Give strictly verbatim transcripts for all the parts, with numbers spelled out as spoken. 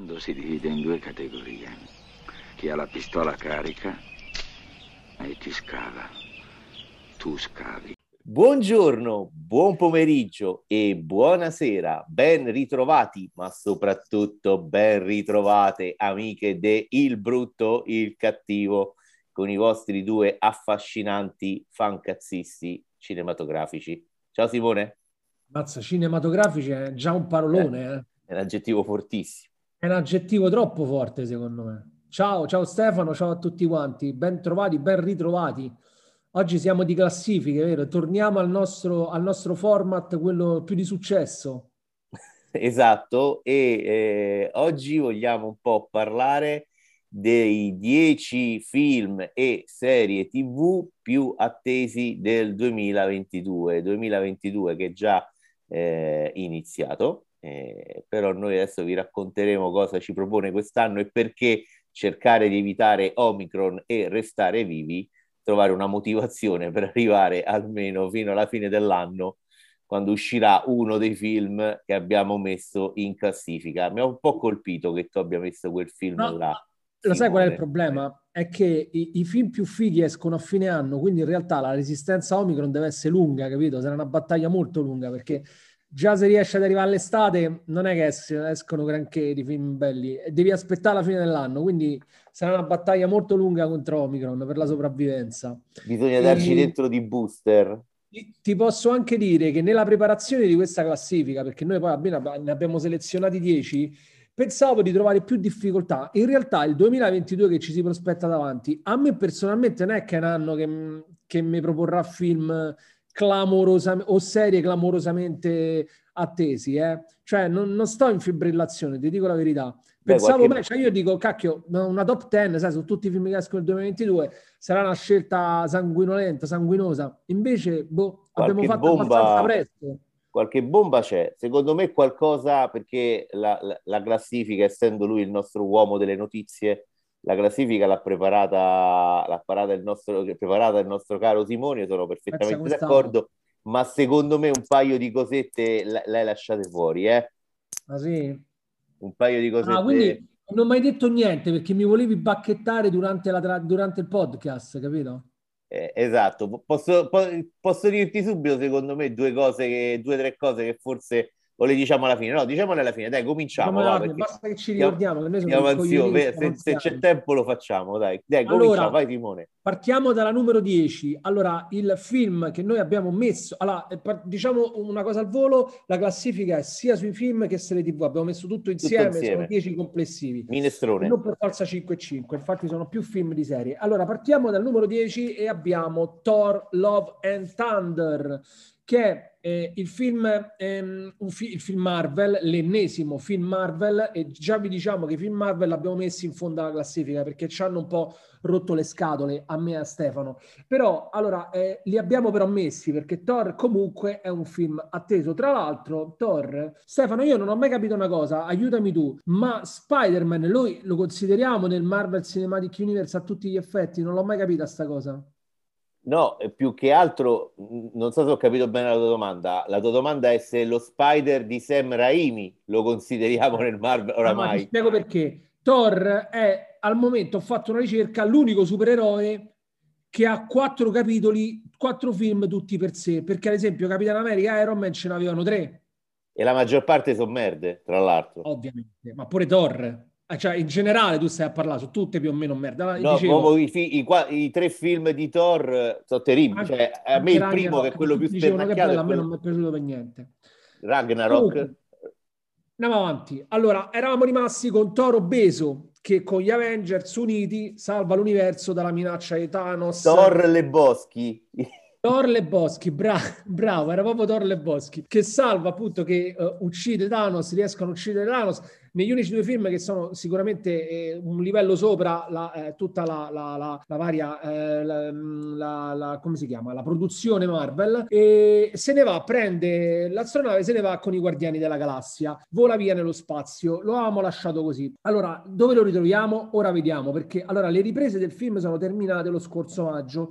mondo si divide in due categorie. Chi ha la pistola carica e chi scava. Tu scavi. Buongiorno, buon pomeriggio e buonasera, ben ritrovati, ma soprattutto ben ritrovate amiche de Il Brutto, Il Cattivo, con i vostri due affascinanti fancazzisti cinematografici. Ciao Simone. Mazza, cinematografici è già un parolone, eh. È un aggettivo fortissimo. È un aggettivo troppo forte, secondo me. Ciao, ciao Stefano, ciao a tutti quanti, ben trovati, ben ritrovati. Oggi siamo di classifiche, vero? Torniamo al nostro, al nostro format, quello più di successo. Esatto, e eh, oggi vogliamo un po' parlare dei dieci film e serie tivù più attesi del duemilaventidue, duemilaventidue che è già eh, iniziato, eh, però noi adesso vi racconteremo cosa ci propone quest'anno e perché cercare di evitare Omicron e restare vivi, trovare una motivazione per arrivare almeno fino alla fine dell'anno, quando uscirà uno dei film che abbiamo messo in classifica. Mi ha un po' colpito che tu abbia messo quel film No, là. lo Simone. sai qual è il problema? È che i, i film più fighi escono a fine anno, quindi in realtà la resistenza Omicron deve essere lunga, capito? Sarà una battaglia molto lunga, perché già se riesci ad arrivare all'estate non è che es- escono granché di film belli, devi aspettare la fine dell'anno, quindi sarà una battaglia molto lunga contro Omicron per la sopravvivenza. Bisogna E... darci dentro di booster. Ti posso anche dire che nella preparazione di questa classifica, perché noi poi appena ne abbiamo selezionati dieci, pensavo di trovare più difficoltà. In realtà il duemilaventidue che ci si prospetta davanti, a me personalmente non è che è un anno che, che mi proporrà film clamorosamente o serie clamorosamente attesi, eh? Cioè non, non sto in fibrillazione, ti dico la verità. Beh, Pensavo, qualche... me, cioè io dico, cacchio, una top dieci, sai, su tutti i film che escono nel duemilaventidue sarà una scelta sanguinolenta, sanguinosa. Invece, boh, abbiamo fatto bomba... abbastanza presto. Qualche bomba c'è. Secondo me qualcosa, perché la, la, la classifica, essendo lui il nostro uomo delle notizie, la classifica l'ha preparata, l'ha preparata il nostro, preparata il nostro caro Simone, sono perfettamente d'accordo, ma secondo me un paio di cosette le hai lasciate fuori, eh? Ah sì? Un paio di cosette... Ah, quindi non mi hai detto niente perché mi volevi bacchettare durante, la tra... durante il podcast, capito? Eh, esatto, posso, po- posso dirti subito, secondo me, due cose, che, due o tre cose che forse o le diciamo alla fine. No, diciamole alla fine, dai, cominciamo. Va, Fine, basta che ci siamo, ricordiamo che noi siamo siamo dei coglioni, ansiosi. Se, se c'è tempo lo facciamo, dai, dai, cominciamo, allora, vai Simone. Partiamo dalla numero dieci. Allora, il film che noi abbiamo messo, allora, diciamo una cosa al volo, la classifica è sia sui film che sulle tivù, abbiamo messo tutto insieme, tutto insieme. Sono dieci complessivi. Minestrone. E non per forza cinque e cinque, infatti sono più film di serie. Allora, partiamo dal numero dieci e abbiamo Thor, Love and Thunder, che è eh, il film, ehm, un fi- il film Marvel, l'ennesimo film Marvel, e già vi diciamo che i film Marvel l'abbiamo messi in fondo alla classifica perché ci hanno un po' rotto le scatole a me e a Stefano. Però, allora, eh, li abbiamo però messi perché Thor comunque è un film atteso. Tra l'altro, Thor, Stefano, io non ho mai capito una cosa, aiutami tu, ma Spider-Man noi lo consideriamo nel Marvel Cinematic Universe a tutti gli effetti? Non l'ho mai capita sta cosa. No, più che altro, non so se ho capito bene la tua domanda. La tua domanda è se lo Spider di Sam Raimi lo consideriamo nel Marvel oramai. Ah, ti spiego perché. Thor è, al momento, ho fatto una ricerca, l'unico supereroe che ha quattro capitoli, quattro film tutti per sé, perché ad esempio Capitan America e Iron Man ce n'avevano tre. E la maggior parte sono merde, tra l'altro. Ovviamente, ma pure Thor. Cioè, in generale tu stai a parlare su tutte più o meno merda. No, Dicevo, i, fi- i, i tre film di Thor sono terribili. anche, Cioè, a me il primo, che è quello più dicevano che spennacchiato, bello, è a me quello... non mi è piaciuto per niente. Ragnarok. Comunque, andiamo avanti. Allora, eravamo rimasti con Thor obeso, che con gli Avengers uniti salva l'universo dalla minaccia di Thanos. Thor le Boschi. Thor le Boschi, bra- bravo, era proprio Thor le Boschi, che salva appunto, che uh, uccide Thanos, riescono a uccidere Thanos, negli unici due film che sono sicuramente eh, un livello sopra la, eh, tutta la, la, la, la varia, eh, la, la, la, come si chiama, la produzione Marvel, e se ne va, prende l'astronave, se ne va con i Guardiani della Galassia, vola via nello spazio, lo avevamo lasciato così. Allora, dove lo ritroviamo? Ora vediamo, perché allora le riprese del film sono terminate lo scorso maggio.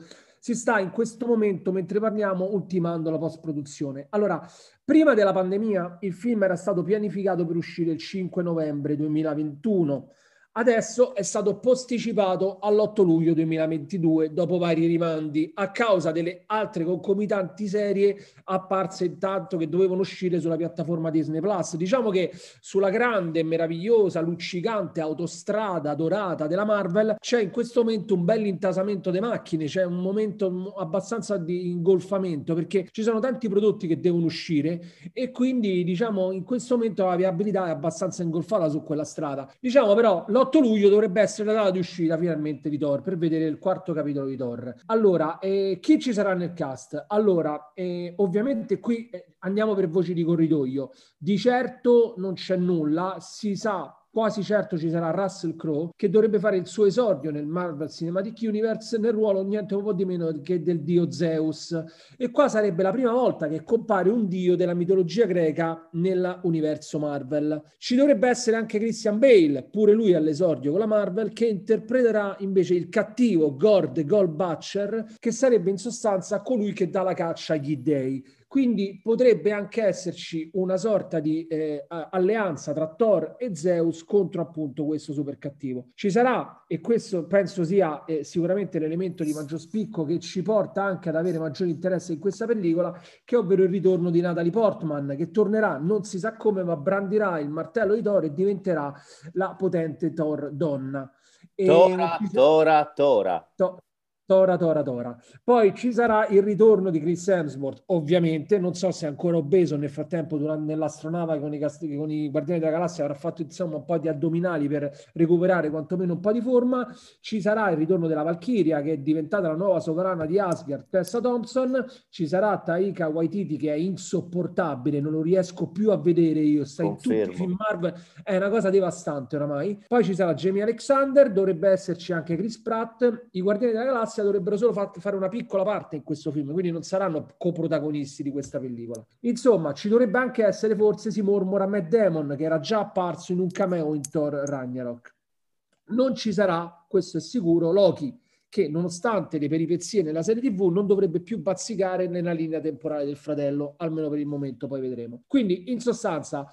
si sta in questo momento, mentre parliamo, ultimando la post-produzione. Allora, prima della pandemia il film era stato pianificato per uscire il cinque novembre duemilaventuno. Adesso è stato posticipato all'otto luglio duemilaventidue dopo vari rimandi a causa delle altre concomitanti serie apparse intanto che dovevano uscire sulla piattaforma Disney Plus. Diciamo che sulla grande, meravigliosa, luccicante autostrada dorata della Marvel c'è in questo momento un bel intasamento delle macchine, c'è un momento abbastanza di ingolfamento perché ci sono tanti prodotti che devono uscire e quindi diciamo in questo momento la viabilità è abbastanza ingolfata su quella strada. Diciamo però l'otto luglio dovrebbe essere la data di uscita finalmente di Thor per vedere il quarto capitolo di Thor. Allora, eh, chi ci sarà nel cast? Allora, eh, ovviamente qui eh, andiamo per voci di corridoio. Di certo non c'è nulla, si sa quasi certo ci sarà Russell Crowe che dovrebbe fare il suo esordio nel Marvel Cinematic Universe nel ruolo niente un po' di meno che del dio Zeus, e qua sarebbe la prima volta che compare un dio della mitologia greca nell'universo Marvel. Ci dovrebbe essere anche Christian Bale, pure lui all'esordio con la Marvel, che interpreterà invece il cattivo Gord Goldbutcher, che sarebbe in sostanza colui che dà la caccia agli dei. Quindi potrebbe anche esserci una sorta di eh, alleanza tra Thor e Zeus contro appunto questo super cattivo. Ci sarà, e questo penso sia eh, sicuramente l'elemento di maggior spicco che ci porta anche ad avere maggiore interesse in questa pellicola, che ovvero il ritorno di Natalie Portman, che tornerà non si sa come, ma brandirà il martello di Thor e diventerà la potente Thor donna. E... Tora, Tora, Tora. To- Tora, Tora, Tora. Poi ci sarà il ritorno di Chris Hemsworth, ovviamente, non so se è ancora obeso, nel frattempo durante nell'astronave con i, cast- con i Guardiani della Galassia avrà fatto insomma un po' di addominali per recuperare quantomeno un po' di forma. Ci sarà il ritorno della Valchiria, che è diventata la nuova sovrana di Asgard, Tessa Thompson. Ci sarà Taika Waititi, che è insopportabile, non lo riesco più a vedere io, sta Confermo. in tutti i film Marvel, è una cosa devastante oramai. Poi ci sarà Jamie Alexander, dovrebbe esserci anche Chris Pratt. I Guardiani della Galassia dovrebbero solo far, fare una piccola parte in questo film, quindi non saranno coprotagonisti di questa pellicola. Insomma, ci dovrebbe anche essere, forse si mormora, Matt Damon, che era già apparso in un cameo in Thor Ragnarok. Non ci sarà, questo è sicuro, Loki, che nonostante le peripezie nella serie tivù non dovrebbe più bazzicare nella linea temporale del fratello, almeno per il momento, poi vedremo. Quindi, in sostanza,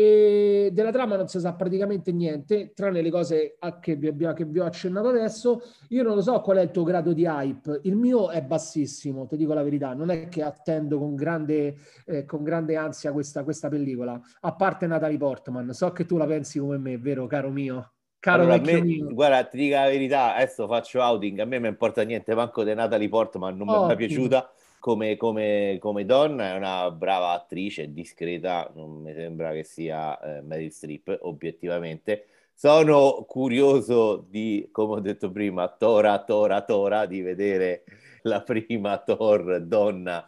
e della trama non si sa praticamente niente, tranne le cose a che vi, abbia, che vi ho accennato adesso. Io non lo so qual è il tuo grado di hype, il mio è bassissimo, ti dico la verità, non è che attendo con grande, eh, con grande ansia questa, questa pellicola, a parte Natalie Portman. So che tu la pensi come me, vero caro mio? Caro allora, a vecchio me, mio. guarda, ti dico la verità, adesso faccio outing, a me mi importa niente, manco di Natalie Portman, non mi è mai Ottimo. piaciuta come, come, come donna, è una brava attrice, discreta, non mi sembra che sia eh, Meryl Streep, obiettivamente. Sono curioso di, come ho detto prima, Tora, Tora, Tora, di vedere la prima Thor donna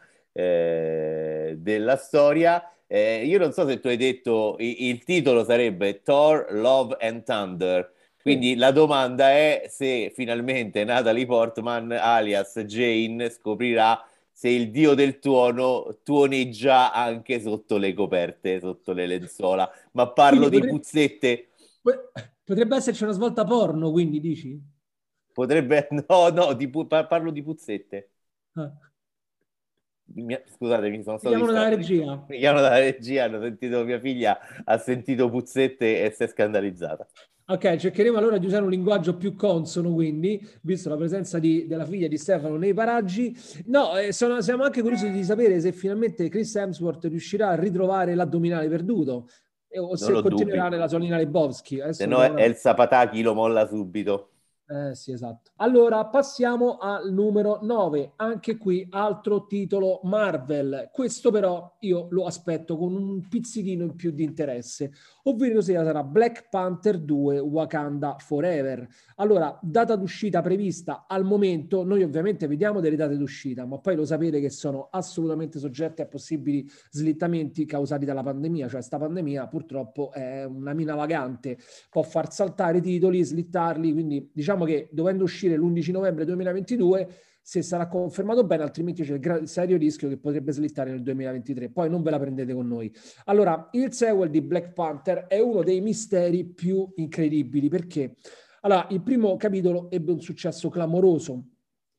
eh, della storia. Eh, io non so se tu hai detto il, il titolo sarebbe Thor, Love and Thunder, quindi Sì. la domanda è se finalmente Natalie Portman alias Jane scoprirà se il dio del tuono tuoneggia anche sotto le coperte, sotto le lenzuola, ma parlo Quindi di potrebbe, puzzette. potrebbe esserci una svolta porno, quindi dici? Potrebbe, no, no, di pu- par- parlo di puzzette. Ah. Mi- Scusate, mi sono Mi stato chiamano dalla distratto. regia. Mi chiamano dalla regia, hanno sentito mia figlia, ha sentito puzzette e si è scandalizzata. Ok, cercheremo allora di usare un linguaggio più consono, quindi, visto la presenza di, della figlia di Stefano nei paraggi. No, eh, sono, siamo anche curiosi di sapere se finalmente Chris Hemsworth riuscirà a ritrovare l'addominale perduto eh, o Non se lo continuerà dubbi, nella sua linea Lebowski. se Adesso no vediamo. El Sapataki lo molla subito. Eh sì, esatto. Allora, passiamo al numero nove. Anche qui altro titolo Marvel. Questo però io lo aspetto con un pizzichino in più di interesse, ovvero sia sarà Black Panther due Wakanda Forever. Allora, data d'uscita prevista al momento, noi ovviamente vediamo delle date d'uscita, ma poi lo sapete che sono assolutamente soggette a possibili slittamenti causati dalla pandemia, cioè sta pandemia purtroppo è una mina vagante, può far saltare i titoli, slittarli, quindi diciamo che dovendo uscire l'undici novembre duemilaventidue, se sarà confermato bene, altrimenti c'è il gra- serio rischio che potrebbe slittare nel duemilaventitré. Poi non ve la prendete con noi. Allora, il sequel di Black Panther è uno dei misteri più incredibili, perché allora, il primo capitolo ebbe un successo clamoroso.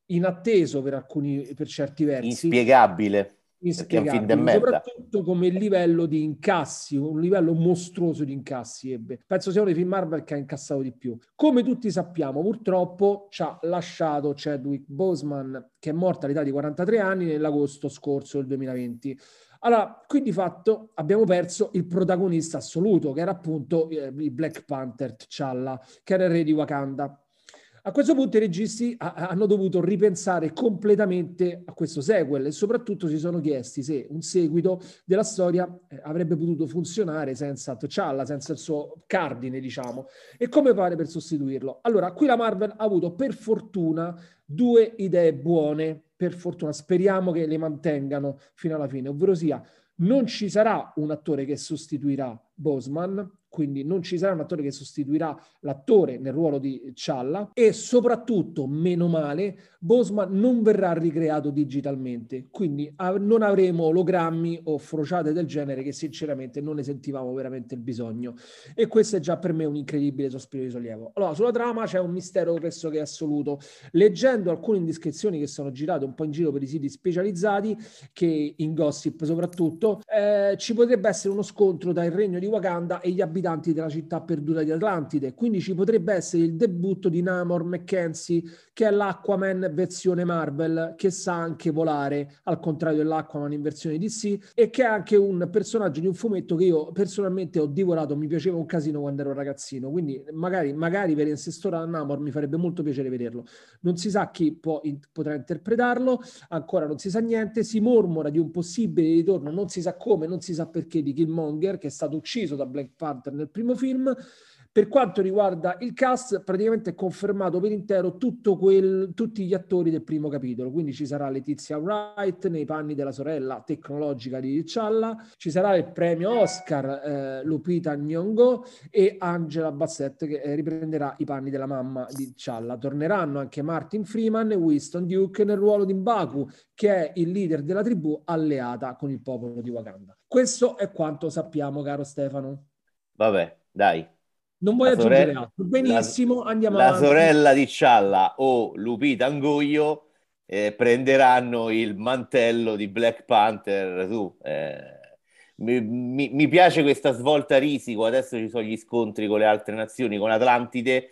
inatteso per alcuni, per certi versi. Inspiegabile. Perché è un film de Inspiegabile, merda. soprattutto come livello di incassi, un livello mostruoso di incassi ebbe. Penso sia uno dei film Marvel che ha incassato di più. Come tutti sappiamo, purtroppo ci ha lasciato Chadwick Boseman, che è morto all'età di quarantatré anni nell'agosto scorso del duemilaventi. Allora, qui di fatto abbiamo perso il protagonista assoluto, che era appunto eh, il Black Panther T'Challa, che era il re di Wakanda. A questo punto i registi ha, hanno dovuto ripensare completamente a questo sequel e soprattutto si sono chiesti se un seguito della storia eh, avrebbe potuto funzionare senza T'Challa, senza il suo cardine, diciamo, e come fare per sostituirlo. Allora, qui la Marvel ha avuto per fortuna due idee buone, per fortuna, speriamo che le mantengano fino alla fine, ovvero sia non ci sarà un attore che sostituirà Boseman, quindi non ci sarà un attore che sostituirà l'attore nel ruolo di T'Challa e soprattutto, meno male, Boseman non verrà ricreato digitalmente, quindi non avremo ologrammi o frociate del genere che sinceramente non ne sentivamo veramente il bisogno e questo è già per me un incredibile sospiro di sollievo. Allora, sulla trama c'è un mistero pressoché assoluto. Leggendo alcune indiscrezioni che sono girate un po' in giro per i siti specializzati, che in gossip soprattutto, eh, ci potrebbe essere uno scontro tra il regno di Wakanda e gli abitanti della città perduta di Atlantide, quindi ci potrebbe essere il debutto di Namor McKenzie, che è l'Aquaman versione Marvel, che sa anche volare, al contrario dell'Aquaman in versione D C, e che è anche un personaggio di un fumetto che io personalmente ho divorato, mi piaceva un casino quando ero ragazzino, quindi magari, magari per insestora a Namor mi farebbe molto piacere vederlo. Non si sa chi può, in, potrà interpretarlo, ancora non si sa niente, si mormora di un possibile ritorno, non si sa come, non si sa perché, di Killmonger, che è stato ucciso da Black Panther nel primo film. Per quanto riguarda il cast, praticamente è confermato per intero tutto quel, tutti gli attori del primo capitolo, quindi ci sarà Letizia Wright nei panni della sorella tecnologica di T'Challa, ci sarà il premio Oscar eh, Lupita Nyong'o e Angela Bassett che eh, riprenderà i panni della mamma di T'Challa. Torneranno anche Martin Freeman e Winston Duke nel ruolo di M'Baku, che è il leader della tribù alleata con il popolo di Wakanda. Questo è quanto sappiamo, caro Stefano. Vabbè, dai. Non vuoi La aggiungere sore- altro? Benissimo, la, andiamo la avanti. sorella di Cialla o Lupita Anguio eh, prenderanno il mantello di Black Panther. Tu, eh, mi, mi- mi piace questa svolta risico. Adesso ci sono gli scontri con le altre nazioni, con Atlantide.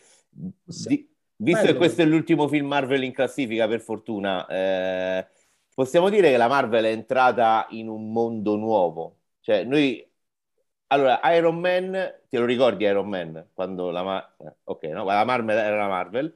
Di- visto che Bello, questo è l'ultimo film Marvel in classifica, per fortuna, eh, possiamo dire che la Marvel è entrata in un mondo nuovo. Cioè, noi allora, Iron Man, te lo ricordi Iron Man? Quando la, Ma- eh, ok, no? La Marvel era la Marvel.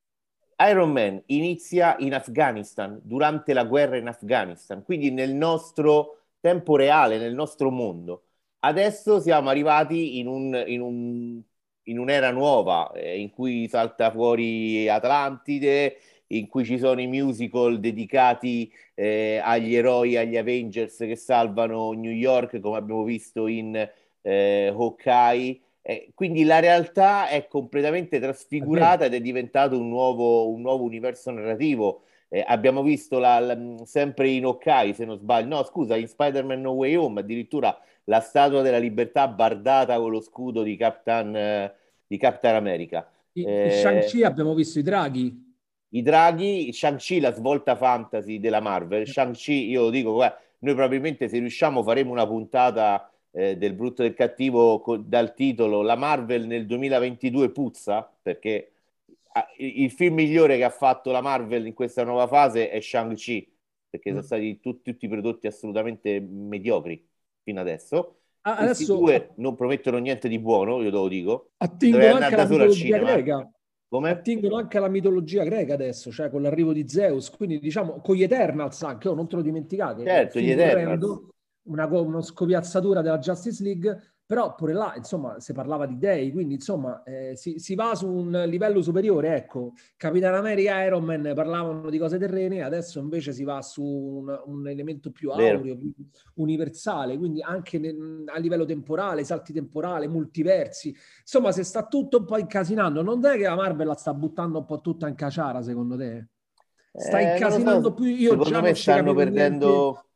Iron Man inizia in Afghanistan, durante la guerra in Afghanistan, quindi nel nostro tempo reale, nel nostro mondo. Adesso siamo arrivati in un, in un- in un'era nuova, eh, in cui salta fuori Atlantide, in cui ci sono i musical dedicati eh, agli eroi, agli Avengers che salvano New York, come abbiamo visto in eh, Hawkeye. Eh, quindi la realtà è completamente è vero. trasfigurata ed è diventato un nuovo, un nuovo universo narrativo. Eh, abbiamo visto la- la- sempre in Hawkeye, se non sbaglio, no, scusa, in Spider-Man No Way Home, addirittura la Statua della Libertà bardata con lo scudo di Capitan, eh, di Capitan America. In, in Eh, Shang-Chi abbiamo visto i draghi. I draghi, Shang-Chi, la svolta fantasy della Marvel. Shang-Chi, io lo dico, guarda, noi probabilmente se riusciamo faremo una puntata eh, del brutto e del cattivo co- dal titolo La Marvel nel duemilaventidue puzza, perché ah, il il film migliore che ha fatto la Marvel in questa nuova fase è Shang-Chi, perché sono Mm. stati tut- tutti prodotti assolutamente mediocri fino adesso. Ah, Questi adesso due a- non promettono niente di buono, io te lo dico. Dovrei attingono andare anche da alla solo al mitologia cinema. greca. Come? Attingono anche alla mitologia greca adesso, cioè con l'arrivo di Zeus, quindi diciamo con gli Eternals anche, oh, non te lo dimenticate, è un Certo, gli film Eternals. orrendo, una, co- una scopiazzatura della Justice League, però pure là, insomma, si parlava di dei, quindi insomma, eh, si, si va su un livello superiore, ecco. Capitan America e Iron Man parlavano di cose terrene, adesso invece si va su un, un elemento più Vero. aureo, più universale, quindi anche nel- a livello temporale, salti temporali, multiversi, insomma, si sta tutto un po' incasinando. Non è che la Marvel la sta buttando un po' tutta in caciara, secondo te? Sta Eh, non lo incasinando so, più, io secondo già me non ci stanno capivo niente. perdendo.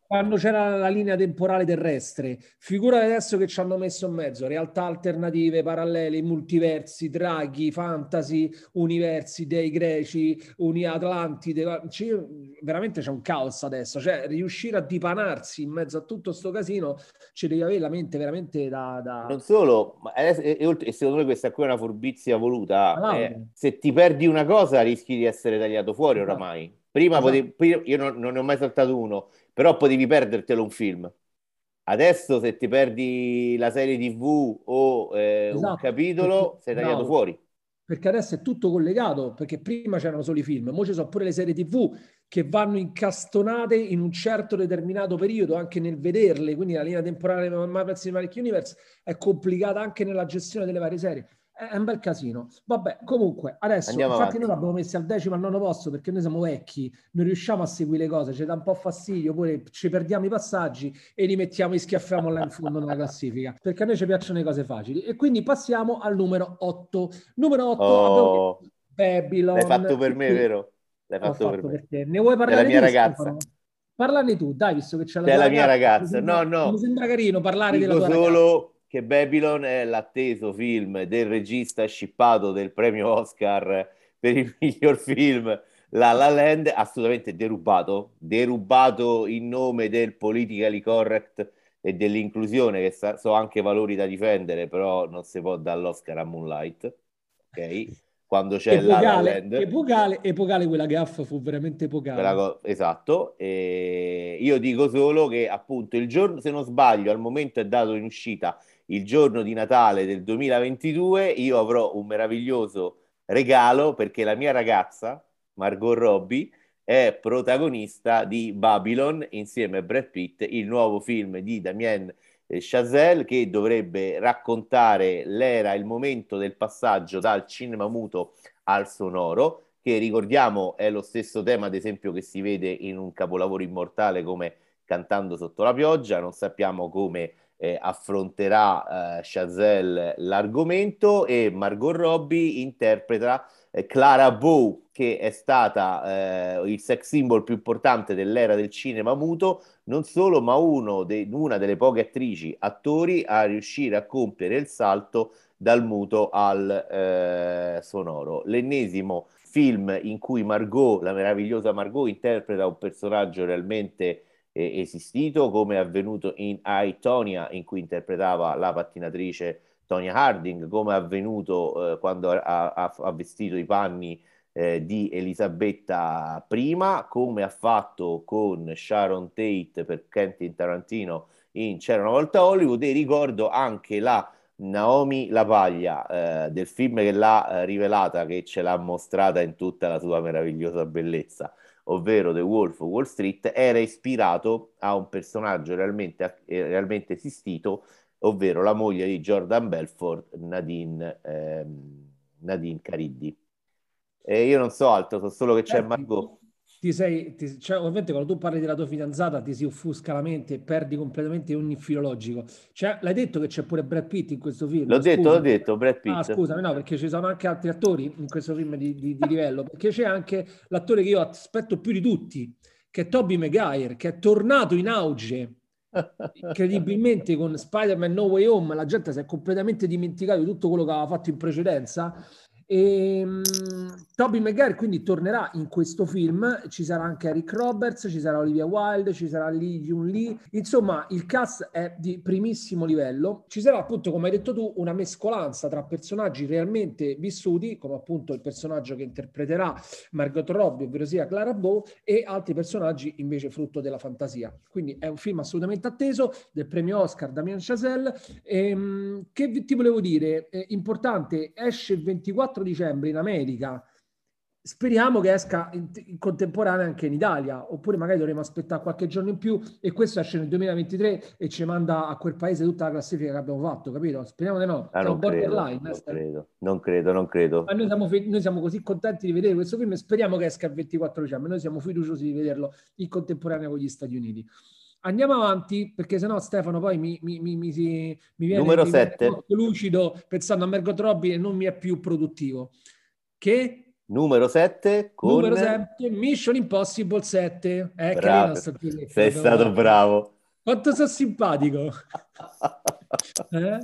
quando c'era la linea temporale terrestre, figurati adesso che ci hanno messo in mezzo realtà alternative, parallele, multiversi, draghi, fantasy, universi, dei greci, uni Atlantide, ci, veramente c'è un caos adesso, cioè riuscire a dipanarsi in mezzo a tutto sto casino ci devi avere la mente veramente da... da... Non solo, ma è- e, e oltre- e secondo me questa qui è una furbizia voluta. Laurea. Eh, se ti perdi una cosa rischi di essere tagliato fuori Esatto. oramai. Prima Esatto. potevi, prima- io non, non ne ho mai saltato uno, però potevi perdertelo un film. Adesso se ti perdi la serie T V o eh, un Esatto, perché, capitolo sei tagliato bravo, fuori. perché adesso è tutto collegato, perché prima c'erano solo i film, ora ci sono pure le serie T V che vanno incastonate in un certo determinato periodo, anche nel vederle, quindi la linea temporale di Marvel Cinematic Universe è complicata anche nella gestione delle varie serie. È è un bel casino. Vabbè, comunque, adesso, Andiamo infatti noi avanti. l'abbiamo messi al decimo, al nono posto, perché noi siamo vecchi, non riusciamo a seguire le cose, ci dà un po' fastidio, pure ci perdiamo i passaggi e li mettiamo, li schiaffiamo là in fondo nella classifica, perché a noi ci piacciono le cose facili. E quindi passiamo al numero otto. Numero otto abbiamo detto Oh, l'hai Babylon. fatto per me, Qui vero? L'hai l'ho fatto per fatto me. per te. Ne vuoi Sei la parlare mia tu, ragazza. Stefano? Parlane tu, dai, visto che c'è la Sei tua la mia ragazza. Mi ragazza. No, sembra, mi no. sembra carino parlare della Dico tua ragazza. solo che Babylon è l'atteso film del regista scippato del premio Oscar per il miglior film, La La Land, assolutamente derubato, derubato in nome del politically correct e dell'inclusione, che sa- so anche valori da difendere, però non si può dare l'Oscar a Moonlight, ok? Quando c'è La La Epocale, Land. epocale, epocale, quella gaffa fu veramente Quella epocale. co- esatto, e io dico solo che appunto il giorno, se non sbaglio, al momento è dato in uscita il giorno di Natale del duemilaventidue, io avrò un meraviglioso regalo perché la mia ragazza, Margot Robbie, è protagonista di Babylon insieme a Brad Pitt, il nuovo film di Damien eh, Chazelle che dovrebbe raccontare l'era, il momento del passaggio dal cinema muto al sonoro che ricordiamo è lo stesso tema, ad esempio, che si vede in un capolavoro immortale come Cantando sotto la pioggia. Non sappiamo come eh, affronterà eh, Chazelle l'argomento e Margot Robbie interpreta eh, Clara Bow, che è stata eh, il sex symbol più importante dell'era del cinema muto, non solo, ma uno de- una delle poche attrici, attori a riuscire a compiere il salto dal muto al eh, sonoro. L'ennesimo film in cui Margot, la meravigliosa Margot, interpreta un personaggio realmente eh, esistito, come è avvenuto in I, Tonya, in cui interpretava la pattinatrice Tonya Harding, come è avvenuto eh, quando ha, ha, ha, vestito i panni eh, di Elisabetta prima, come ha fatto con Sharon Tate per Quentin Tarantino in C'era una volta a Hollywood, e ricordo anche la Naomi Lapaglia, eh, del film che l'ha eh, rivelata, che ce l'ha mostrata in tutta la sua meravigliosa bellezza, ovvero The Wolf of Wall Street, era ispirato a un personaggio realmente, eh, realmente esistito, ovvero la moglie di Jordan Belfort, Nadine, ehm, Nadine Cariddi. E io non so altro, so solo che c'è Senti, Margot. ti sei, ti- cioè, ovviamente quando tu parli della tua fidanzata ti si offusca la mente e perdi completamente ogni filo logico. Cioè, l'hai detto che c'è pure Brad Pitt in questo L'ho film? detto, l'ho Scusa. detto, Brad Ah, Pitt. scusami, no, perché ci sono anche altri attori in questo film di, di- di livello, perché c'è anche l'attore che io aspetto più di tutti, che è Tobey Maguire, che è tornato in auge incredibilmente con Spider-Man No Way Home. La gente si è completamente dimenticato di tutto quello che aveva fatto in precedenza. E, um, Tobey Maguire quindi tornerà in questo film, ci sarà anche Eric Roberts, ci sarà Olivia Wilde, ci sarà Lee Jun Lee, insomma il cast è di primissimo livello. Ci sarà appunto, come hai detto tu, una mescolanza tra personaggi realmente vissuti, come appunto il personaggio che interpreterà Margot Robbie, ovvero sia Clara Bow, e altri personaggi invece frutto della fantasia. Quindi è un film assolutamente atteso, del premio Oscar Damien Chazelle. Ehm, che ti volevo dire? Eh, importante, esce il ventiquattro dicembre in America. Speriamo che esca in, in contemporanea anche in Italia, oppure magari dovremo aspettare qualche giorno in più e questo esce nel duemilaventitré e ci manda a quel paese tutta la classifica che abbiamo fatto, capito? Speriamo di no. Ah, Siamo non credo, borderline. non Eh? credo, non credo, non credo. Ma noi siamo, noi siamo così contenti di vedere questo film e speriamo che esca il ventiquattro dicembre. Noi siamo fiduciosi di vederlo in contemporanea con gli Stati Uniti. Andiamo avanti, perché sennò Stefano poi mi, mi, mi, mi, si, mi viene, Numero mi viene sette. lucido pensando a Margot Robbie e non mi è più produttivo. Che? Numero sette con... Numero sette, Mission Impossible sette. Eh, carina Bravo, sta giochetta, sei l'abbiamo stato fatta. bravo. Quanto sono simpatico. Eh?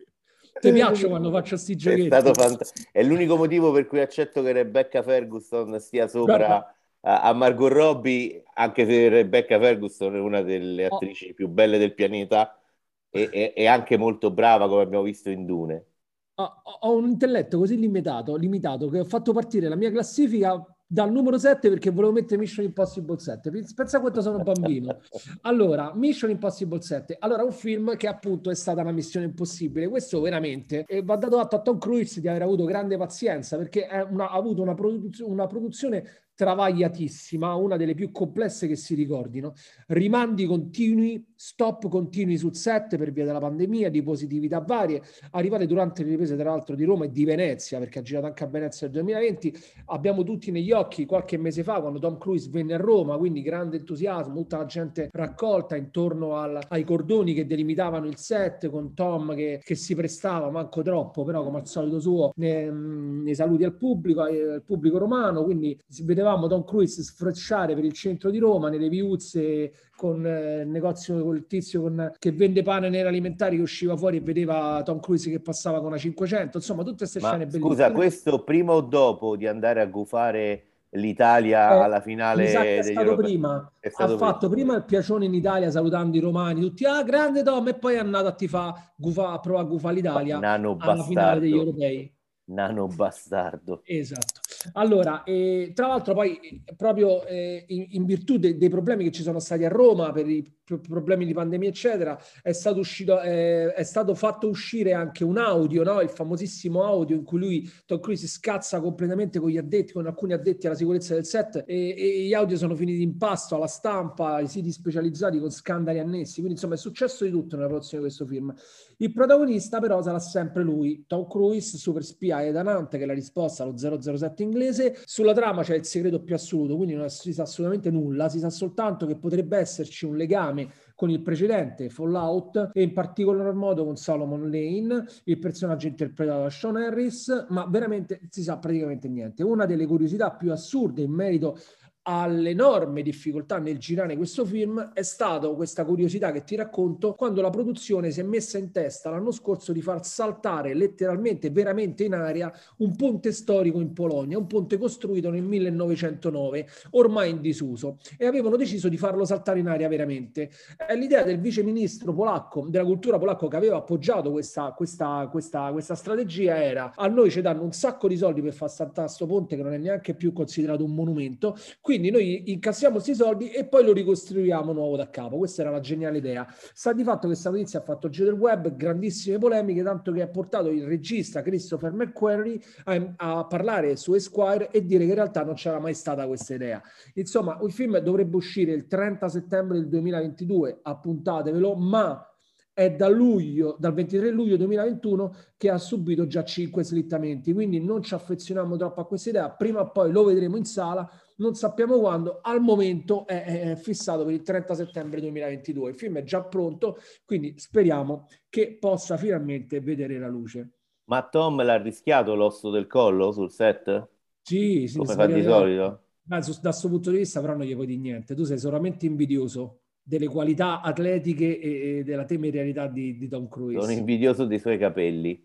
Ti piaccio quando faccio sti È giochetti? stato fantastico. È l'unico motivo per cui accetto che Rebecca Ferguson stia sopra Guarda, a, a Margot Robbie, anche se Rebecca Ferguson è una delle ho, attrici più belle del pianeta e, e- e anche molto brava, come abbiamo visto in Dune. ho- ho un intelletto così limitato, limitato che ho fatto partire la mia classifica dal numero sette perché volevo mettere Mission Impossible sette. Pensa quanto sono bambino. Allora, Mission Impossible sette. Allora, un film che appunto è stata una missione impossibile. Questo veramente eh, va dato atto a Tom Cruise di aver avuto grande pazienza perché è una- ha avuto una, produz- una produzione travagliatissima, una delle più complesse che si ricordino. Rimandi continui, stop continui sul set per via della pandemia, di positività varie, arrivate durante le riprese tra l'altro di Roma e di Venezia, perché ha girato anche a Venezia nel duemilaventi. Abbiamo tutti negli occhi qualche mese fa quando Tom Cruise venne a Roma, quindi grande entusiasmo, tutta la gente raccolta intorno al, ai cordoni che delimitavano il set, con Tom che, che si prestava, manco troppo, però come al solito suo, nei, nei saluti al pubblico, al pubblico romano, quindi vedevamo Tom Cruise sfrecciare per il centro di Roma, nelle viuzze, con eh, il negozio, col tizio con, che vende pane nell'alimentare che usciva fuori e vedeva Tom Cruise che passava con una cinquecento, insomma tutte queste Ma scene scusa, bellissime. questo prima o dopo di andare a gufare l'Italia Eh, alla mi sa che finale è degli stato europei? prima. È Ha stato prima. fatto prima il piacione in Italia salutando i romani, tutti, ah, grande Tom, e poi è andato a tifare, gufa, a provare a gufare l'Italia Nano alla finale degli bastardo, europei. nano bastardo. Esatto. Allora, eh, tra l'altro poi eh, proprio eh, in, in virtù de- dei problemi che ci sono stati a Roma per i pro- problemi di pandemia, eccetera, è stato uscito, eh, è stato fatto uscire anche un audio, no? Il famosissimo audio in cui lui, Tom Cruise, si scazza completamente con gli addetti, con alcuni addetti alla sicurezza del set e, e gli audio sono finiti in pasto alla stampa, ai siti specializzati con scandali annessi. Quindi insomma è successo di tutto nella produzione di questo film. Il protagonista però sarà sempre lui, Tom Cruise, super spia ed Anante, che è la risposta allo zero zero sette inglese. Sulla trama c'è il segreto più assoluto, quindi non si sa assolutamente nulla, si sa soltanto che potrebbe esserci un legame con il precedente Fallout e in particolar modo con Solomon Lane, il personaggio interpretato da Sean Harris, ma veramente si sa praticamente niente. Una delle curiosità più assurde in merito all'enorme difficoltà nel girare questo film è stata questa curiosità che ti racconto quando la produzione si è messa in testa l'anno scorso di far saltare letteralmente, veramente in aria, un ponte storico in Polonia, un ponte costruito nel millenovecentonove, ormai in disuso, e avevano deciso di farlo saltare in aria veramente. È l'idea del vice ministro polacco, della cultura polacco, che aveva appoggiato questa, questa, questa, questa strategia era: a noi ci danno un sacco di soldi per far saltare questo ponte che non è neanche più considerato un monumento, quindi noi incassiamo questi soldi e poi lo ricostruiamo nuovo da capo. Questa era la geniale idea. Sta di fatto che questa notizia ha fatto il giro del web, grandissime polemiche, tanto che ha portato il regista Christopher McQuarrie a, a parlare su Esquire e dire che in realtà non c'era mai stata questa idea. Insomma, il film dovrebbe uscire il trenta settembre del duemilaventidue, appuntatevelo, ma è da luglio, dal ventitré luglio duemilaventuno che ha subito già cinque slittamenti, quindi non ci affezioniamo troppo a questa idea, prima o poi lo vedremo in sala, non sappiamo quando, al momento è, è fissato per il trenta settembre duemilaventidue, il film è già pronto, quindi speriamo che possa finalmente vedere la luce. Ma Tom l'ha rischiato l'osso del collo sul set? Sì, sì, Come fa di svariate volte. solito? Ma su- da questo punto di vista però non gli puoi dire niente, tu sei solamente invidioso delle qualità atletiche e, e della temerarietà di, di Tom Sono Cruise. invidioso dei suoi capelli.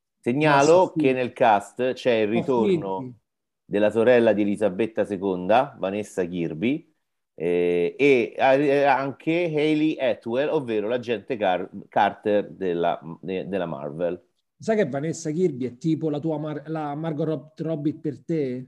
Ma so Segnalo che finti, nel cast c'è il so ritorno finti. della sorella di Elisabetta seconda, Vanessa Kirby, eh, e eh, anche Hayley Atwell, ovvero l'agente Car- Carter della, de- della Marvel. Sai che Vanessa Kirby è tipo la tua Mar- la Margot Rob- Robbie per te?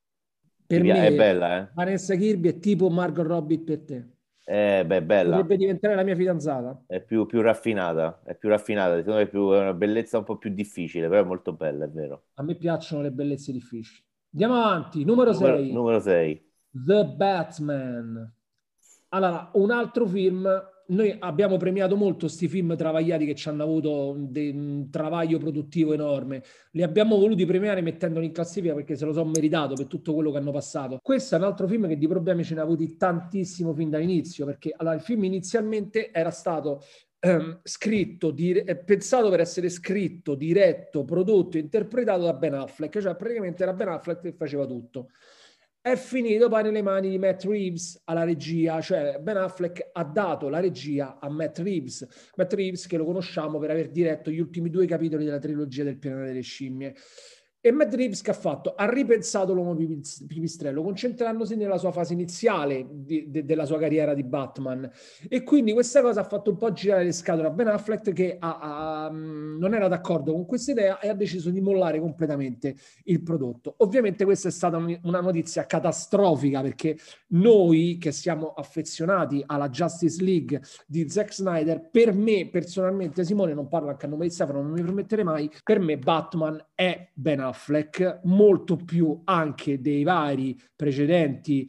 Ti Per pia- È me bella, eh? Vanessa Kirby è tipo Margot Robbie per te. Eh, beh, è bella. Potrebbe diventare la mia fidanzata. È più, più raffinata, è più raffinata, secondo me è, più, è una bellezza un po' più difficile, però è molto bella, è vero. A me piacciono le bellezze difficili. Andiamo avanti. Numero Numero, sei. numero sei. The Batman. Allora, un altro film, noi abbiamo premiato molto questi film travagliati che ci hanno avuto un, de- un travaglio produttivo enorme. Li abbiamo voluti premiare mettendoli in classifica perché se lo sono meritato per tutto quello che hanno passato. Questo è un altro film che di problemi ce ne ha avuti tantissimo fin dall'inizio, perché allora, il film inizialmente era stato ehm, scritto, dire, è pensato per essere scritto, diretto, prodotto, interpretato da Ben Affleck, cioè praticamente era Ben Affleck che faceva tutto. È finito poi nelle mani di Matt Reeves alla regia, cioè Ben Affleck ha dato la regia a Matt Reeves, Matt Reeves che lo conosciamo per aver diretto gli ultimi due capitoli della trilogia del Pianeta delle Scimmie. E Matt Reeves che ha fatto? Ha ripensato l'uomo pipistrello, concentrandosi nella sua fase iniziale di, de, della sua carriera di Batman. E quindi questa cosa ha fatto un po' girare le scatole a Ben Affleck, che ha, ha, non era d'accordo con questa idea e ha deciso di mollare completamente il prodotto. Ovviamente questa è stata una notizia catastrofica, perché noi che siamo affezionati alla Justice League di Zack Snyder, per me personalmente, Simone, non parlo anche a nome di Stefano, non mi permetterei mai, per me Batman è Ben Affleck, molto più anche dei vari precedenti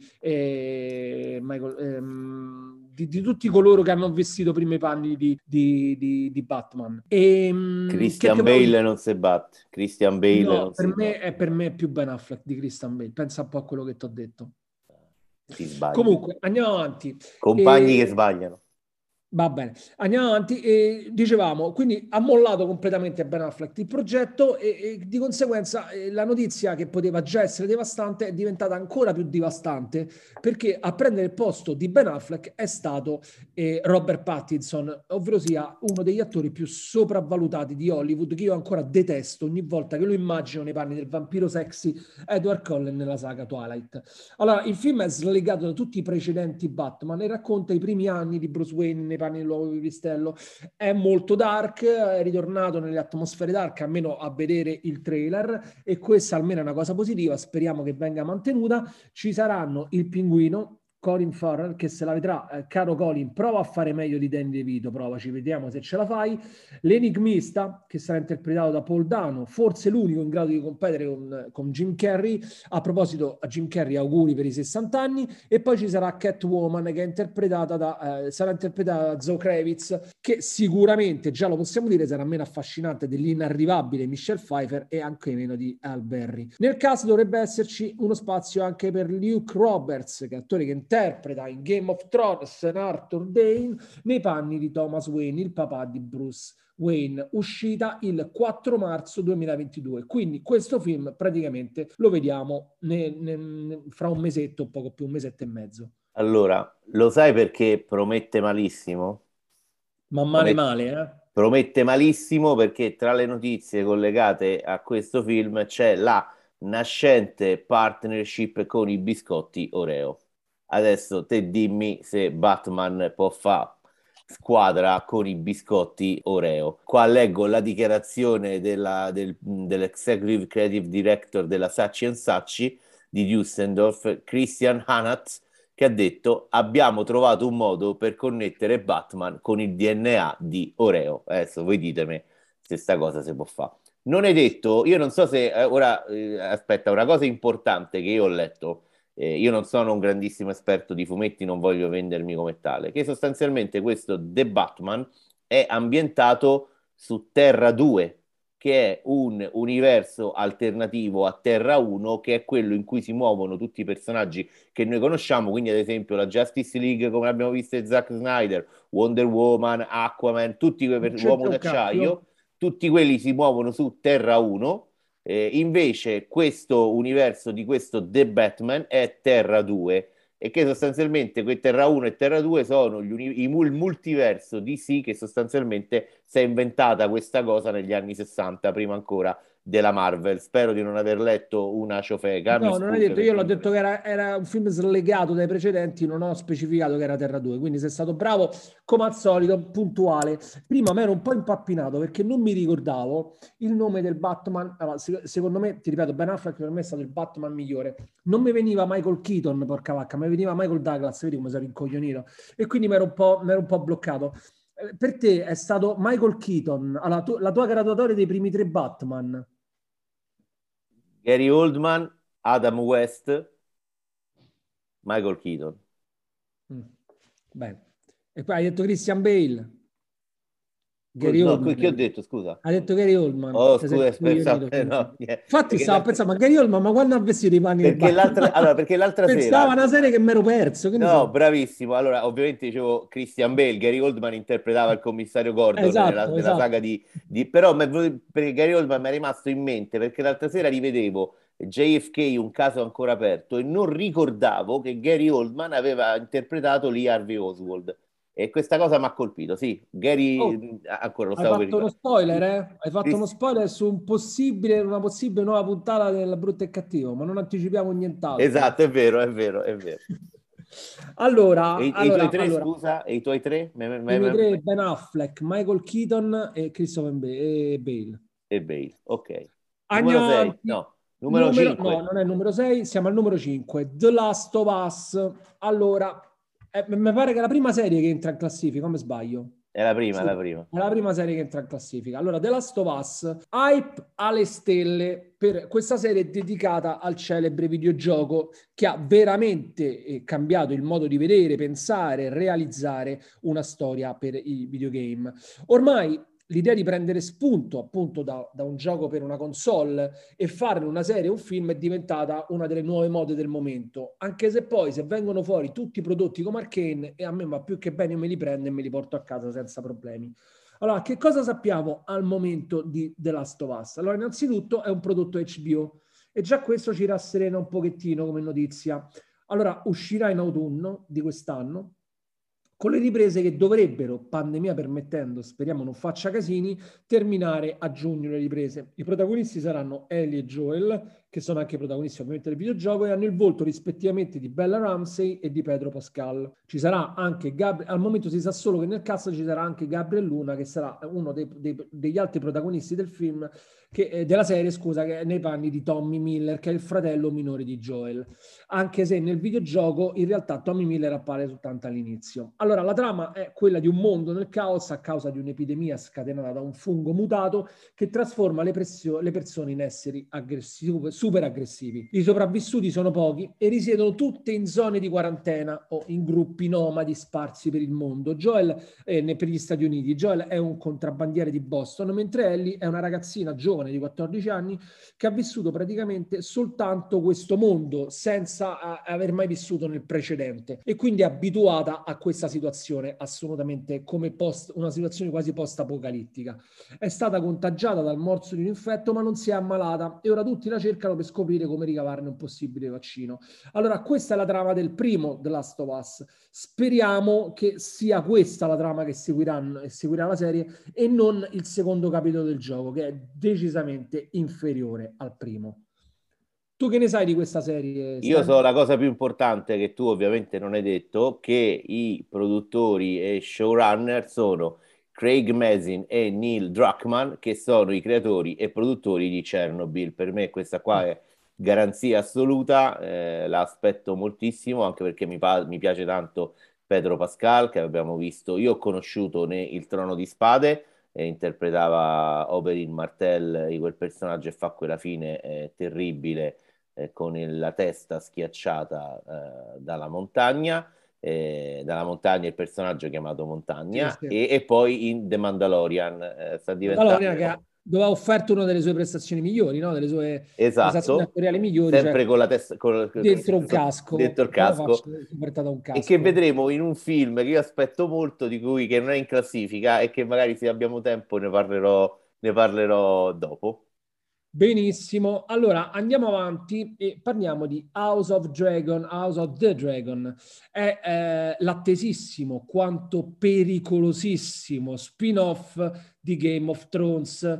eh, Michael, ehm, di, di tutti coloro che hanno vestito prima i panni di, di, di, di Batman. E, Christian Bale non si batte. Christian Bale no, non per si me batte. è per me è più Ben Affleck di Christian Bale. Pensa un po' a quello che ti ho detto. Ti sbagli. Comunque, andiamo avanti. Compagni E... che sbagliano. Va bene, andiamo avanti. E dicevamo, quindi ha mollato completamente Ben Affleck il progetto e, e di conseguenza eh, la notizia che poteva già essere devastante è diventata ancora più devastante, perché a prendere il posto di Ben Affleck è stato eh, Robert Pattinson, ovvero sia uno degli attori più sopravvalutati di Hollywood, che io ancora detesto ogni volta che lo immagino nei panni del vampiro sexy Edward Cullen nella saga Twilight. Allora, il film è slegato da tutti i precedenti Batman e racconta i primi anni di Bruce Wayne nei panni dell'uomo pipistrello. È molto dark, è ritornato nelle atmosfere dark, almeno a vedere il trailer, e questa almeno è una cosa positiva, speriamo che venga mantenuta. Ci saranno il Pinguino, Colin Farrell, che se la vedrà, eh, caro Colin, prova a fare meglio di Danny DeVito, provaci, vediamo se ce la fai. L'enigmista, che sarà interpretato da Paul Dano, forse l'unico in grado di competere con, con Jim Carrey. A proposito, a Jim Carrey auguri per i sessanta anni. E poi ci sarà Catwoman, che è interpretata da, eh, sarà interpretata da Zoe Kravitz, che sicuramente, già lo possiamo dire, sarà meno affascinante dell'inarrivabile Michelle Pfeiffer e anche meno di Al Berry. Nel caso dovrebbe esserci uno spazio anche per Luke Roberts, che è attore che interpreta in Game of Thrones Arthur Dane nei panni di Thomas Wayne, il papà di Bruce Wayne, uscita il quattro marzo duemilaventidue. Quindi questo film praticamente lo vediamo ne, ne, fra un mesetto, poco più, un mesetto e mezzo. Allora, lo sai perché promette malissimo? Ma male Promette, male, eh? promette malissimo perché tra le notizie collegate a questo film c'è la nascente partnership con i biscotti Oreo. Adesso te dimmi se Batman può fare squadra con i biscotti Oreo. Qua leggo la dichiarazione della, del, dell'Executive Creative Director della Saatchi and Saatchi di Düsseldorf, Christian Hanat, che ha detto: abbiamo trovato un modo per connettere Batman con il D N A di Oreo. Adesso voi ditemi se sta cosa si può fare. Non è detto, io non so se, eh, ora, eh, aspetta, una cosa importante che io ho letto, eh, io non sono un grandissimo esperto di fumetti, non voglio vendermi come tale, che sostanzialmente questo The Batman è ambientato su Terra due, che è un universo alternativo a Terra uno, che è quello in cui si muovono tutti i personaggi che noi conosciamo, quindi ad esempio la Justice League come abbiamo visto di Zack Snyder, Wonder Woman, Aquaman, tutti quei per- Uomo d'Acciaio, tutti quelli si muovono su Terra uno. Eh, invece questo universo di questo The Batman è Terra due, e che sostanzialmente que Terra uno e Terra due sono gli uni- i, il multiverso D C, che sostanzialmente si è inventata questa cosa negli anni sessanta, prima ancora della Marvel. Spero di non aver letto una ciofeca, mi No, non hai scuso detto, io l'ho perché... detto che era, era un film slegato dai precedenti, non ho specificato che era Terra due, quindi sei stato bravo, come al solito, puntuale. Prima mi ero un po' impappinato perché non mi ricordavo il nome del Batman. Allora, secondo me, ti ripeto, Ben Affleck per me è stato il Batman migliore. Non mi veniva Michael Keaton, porca vacca, mi veniva Michael Douglas, vedi come sono rincoglionito. E quindi mi ero un po', mi ero un po' bloccato. Per te è stato Michael Keaton, allora, tu, la tua graduatoria dei primi tre Batman. Gary Oldman, Adam West, Michael Keaton. Mm. Bene. E poi hai detto Christian Bale. Gary No, Oldman. che ho detto, scusa? Ha detto Gary Oldman. Oh, Ti sei scusa, incoglionito, pensavo, no, yeah. Infatti stavo pensando, ma Gary Oldman, ma quando ha vestito i panni del Perché l'altra, Batman? allora, perché l'altra Pensavo sera... a una serie che mi ero perso, che ne No, so. bravissimo. Allora, ovviamente dicevo Christian Bale, Gary Oldman interpretava il commissario Gordon nella, Esatto, nella esatto. saga di, di... Però me- perché Gary Oldman mi è rimasto in mente perché l'altra sera rivedevo J F K, un caso ancora aperto, e non ricordavo che Gary Oldman aveva interpretato Lee Harvey Oswald. E questa cosa mi ha colpito, sì. Oh, Gary, ancora lo hai stavo per fatto uno ricordare. spoiler, eh? Hai fatto uno Chris- spoiler su un possibile, una possibile nuova puntata del Brutto e Cattivo, ma non anticipiamo nient'altro. Esatto, è vero, è vero, è vero. E, Allora, e i tuoi allora, tre, allora, scusa? E i tuoi tre? Me- me- i me- miei me- tre, Ben Affleck, Michael Keaton e Christopher Ba- e Bale. E Bale, ok. Numero Andiamo sei, avanti. no, numero Numero, no, cinque. non è il numero sei, siamo al numero cinque. The Last of Us. Allora, eh, mi pare che è la prima serie che entra in classifica, come sbaglio? È la prima, è Sì, la prima. è la prima serie che entra in classifica. Allora, The Last of Us, hype alle stelle per questa serie dedicata al celebre videogioco che ha veramente eh, cambiato il modo di vedere, pensare, realizzare una storia per i videogame. Ormai l'idea di prendere spunto appunto da, da un gioco per una console e farne una serie, un film, è diventata una delle nuove mode del momento, anche se poi se vengono fuori tutti i prodotti come Arcane, e a me va più che bene, io me li prendo e me li porto a casa senza problemi. Allora, che cosa sappiamo al momento di The Last of Us? Allora, innanzitutto è un prodotto H B O e già questo ci rasserena un pochettino come notizia. Allora, uscirà in autunno di quest'anno, con le riprese che dovrebbero, pandemia permettendo, speriamo non faccia casini, terminare a giugno le riprese. I protagonisti saranno Ellie e Joel, che sono anche protagonisti ovviamente del videogioco, e hanno il volto rispettivamente di Bella Ramsey e di Pedro Pascal. Ci sarà anche Gabriel, al momento si sa solo che nel cast ci sarà anche Gabriel Luna, che sarà uno dei, dei, degli altri protagonisti del film, che, eh, della serie, scusa, che è nei panni di Tommy Miller, che è il fratello minore di Joel, anche se nel videogioco in realtà Tommy Miller appare soltanto all'inizio. Allora, la trama è quella di un mondo nel caos a causa di un'epidemia scatenata da un fungo mutato che trasforma le, pressio- le persone in esseri aggressivi, super aggressivi. I sopravvissuti sono pochi e risiedono tutte in zone di quarantena o in gruppi nomadi sparsi per il mondo. Joel eh, per gli Stati Uniti. Joel è un contrabbandiere di Boston, mentre Ellie è una ragazzina giovane di quattordici anni che ha vissuto praticamente soltanto questo mondo senza eh, aver mai vissuto nel precedente e quindi è abituata a questa situazione assolutamente come post, una situazione quasi post-apocalittica. È stata contagiata dal morso di un infetto ma non si è ammalata e ora tutti la cercano per scoprire come ricavarne un possibile vaccino. Allora questa è la trama del primo The Last of Us. Speriamo che sia questa la trama che seguiranno e seguirà la serie e non il secondo capitolo del gioco, che è decisamente inferiore al primo. Tu che ne sai di questa serie, Io Seb? so la cosa più importante che tu ovviamente non hai detto, che i produttori e showrunner sono Craig Mazin e Neil Druckmann, che sono i creatori e produttori di Chernobyl. Per me questa qua è garanzia assoluta, eh, la aspetto moltissimo, anche perché mi, pa- mi piace tanto Pedro Pascal, che abbiamo visto, io ho conosciuto ne Il Trono di Spade, e interpretava Oberyn Martell, di quel personaggio e fa quella fine eh, terribile eh, con il- la testa schiacciata eh, dalla montagna, eh, dalla montagna il personaggio chiamato Sì, Montagna, sì. e, e poi in The Mandalorian eh, sta Mandalorian che diventando... ha- dove ha offerto una delle sue prestazioni migliori, no? Delle sue prestazioni Esatto, attoriali migliori, sempre cioè con la testa, con, dentro un casco, dentro il con la faccia casco, coperta da un e che casco. vedremo in un film che io aspetto molto, di cui che non è in classifica e che magari se abbiamo tempo ne parlerò, ne parlerò dopo. Benissimo, allora andiamo avanti e parliamo di House of Dragon, House of the Dragon. È eh, l'attesissimo quanto pericolosissimo spin-off di Game of Thrones.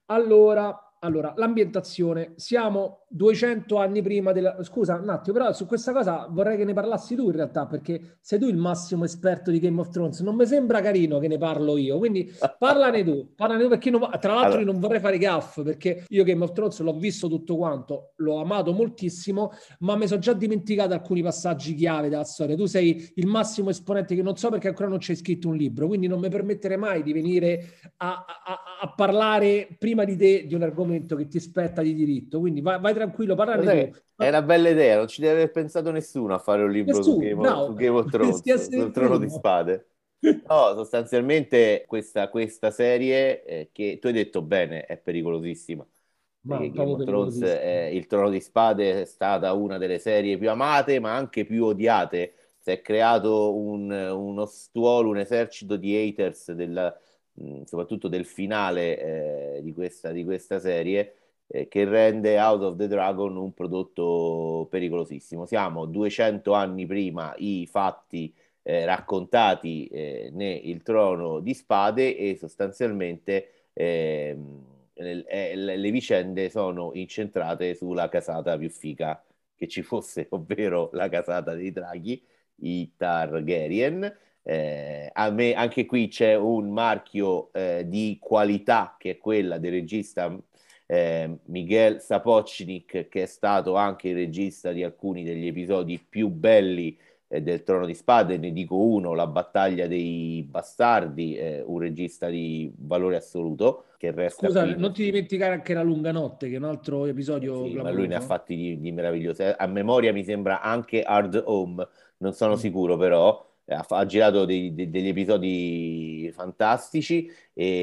Allora, allora, l'ambientazione, siamo duecento anni prima della... Scusa un attimo, però su questa cosa vorrei che ne parlassi tu in realtà, perché sei tu il massimo esperto di Game of Thrones. Non mi sembra carino che ne parlo io, quindi parlane tu, parlane tu perché non- tra l'altro io Allora, non vorrei fare gaff perché io Game of Thrones l'ho visto tutto quanto, l'ho amato moltissimo, ma mi sono già dimenticato alcuni passaggi chiave della storia. Tu sei il massimo esponente che non so perché ancora non c'è scritto un libro, quindi non mi permetterei mai di venire a, a- a parlare prima di te di un argomento che ti spetta di diritto. Quindi vai, vai tranquillo, lo parlane sai tu. che è una bella idea, non ci deve aver pensato nessuno a fare un libro su Nessuno, Game of, su bravo, Game of dovresti Thrones, essere sul il Trono di primo. Spade. No, sostanzialmente questa, questa serie eh, che tu hai detto bene è pericolosissima, Ma perché Game proprio of Thrones, pericolosissimo. eh, il Trono di Spade è stata una delle serie più amate ma anche più odiate. Si è creato un- uno stuolo, un esercito di haters del- mh, soprattutto del finale eh, di questa, di questa serie, eh, che rende House of the Dragon un prodotto pericolosissimo. Siamo duecento anni prima i fatti eh, raccontati eh, nel Trono di Spade e sostanzialmente ehm, le, eh, le vicende sono incentrate sulla casata più figa che ci fosse, ovvero la casata dei draghi, i Targaryen. Eh, a me anche qui c'è un marchio eh, di qualità che è quella del regista eh, Miguel Sapochnik, che è stato anche il regista di alcuni degli episodi più belli eh, del Trono di Spade. Ne dico uno, La battaglia dei bastardi, eh, un regista di valore assoluto che resta Scusa, qui. non ti dimenticare anche La lunga notte, che è un altro Eh episodio sì, ma lui ne ha clamoroso. fatti di, di meravigliosi. A memoria mi sembra anche Hard Home, non sono Mm. sicuro però. Eh, Ha, ha girato dei- dei- degli episodi fantastici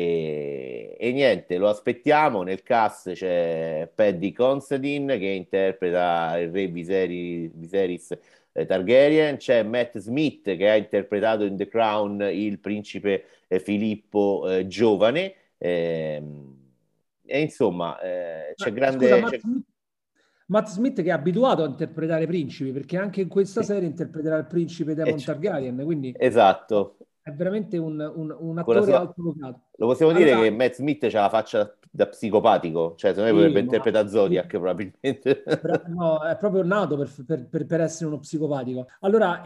e, e niente, lo aspettiamo. Nel cast c'è Paddy Considine che interpreta il re Viseri- Viserys eh, Targaryen, c'è Matt Smith che ha interpretato in The Crown il principe eh, Filippo eh, giovane. Ehm, e insomma, eh, c'è Ma, scusa, grande. Matt c'è- Smith, Matt Smith che è abituato a interpretare principi, perché anche in questa Sì, serie interpreterà il principe e Daemon c'è- Targaryen, quindi esatto. è veramente un, un- un Con la attore sua- alto vocato. Lo possiamo dire Allora, che Matt Smith c'ha la faccia da psicopatico, cioè secondo me sì, potrebbe ma interpretare Zodiac probabilmente. Bra- no, è proprio nato per, per- per- per essere uno psicopatico. Allora,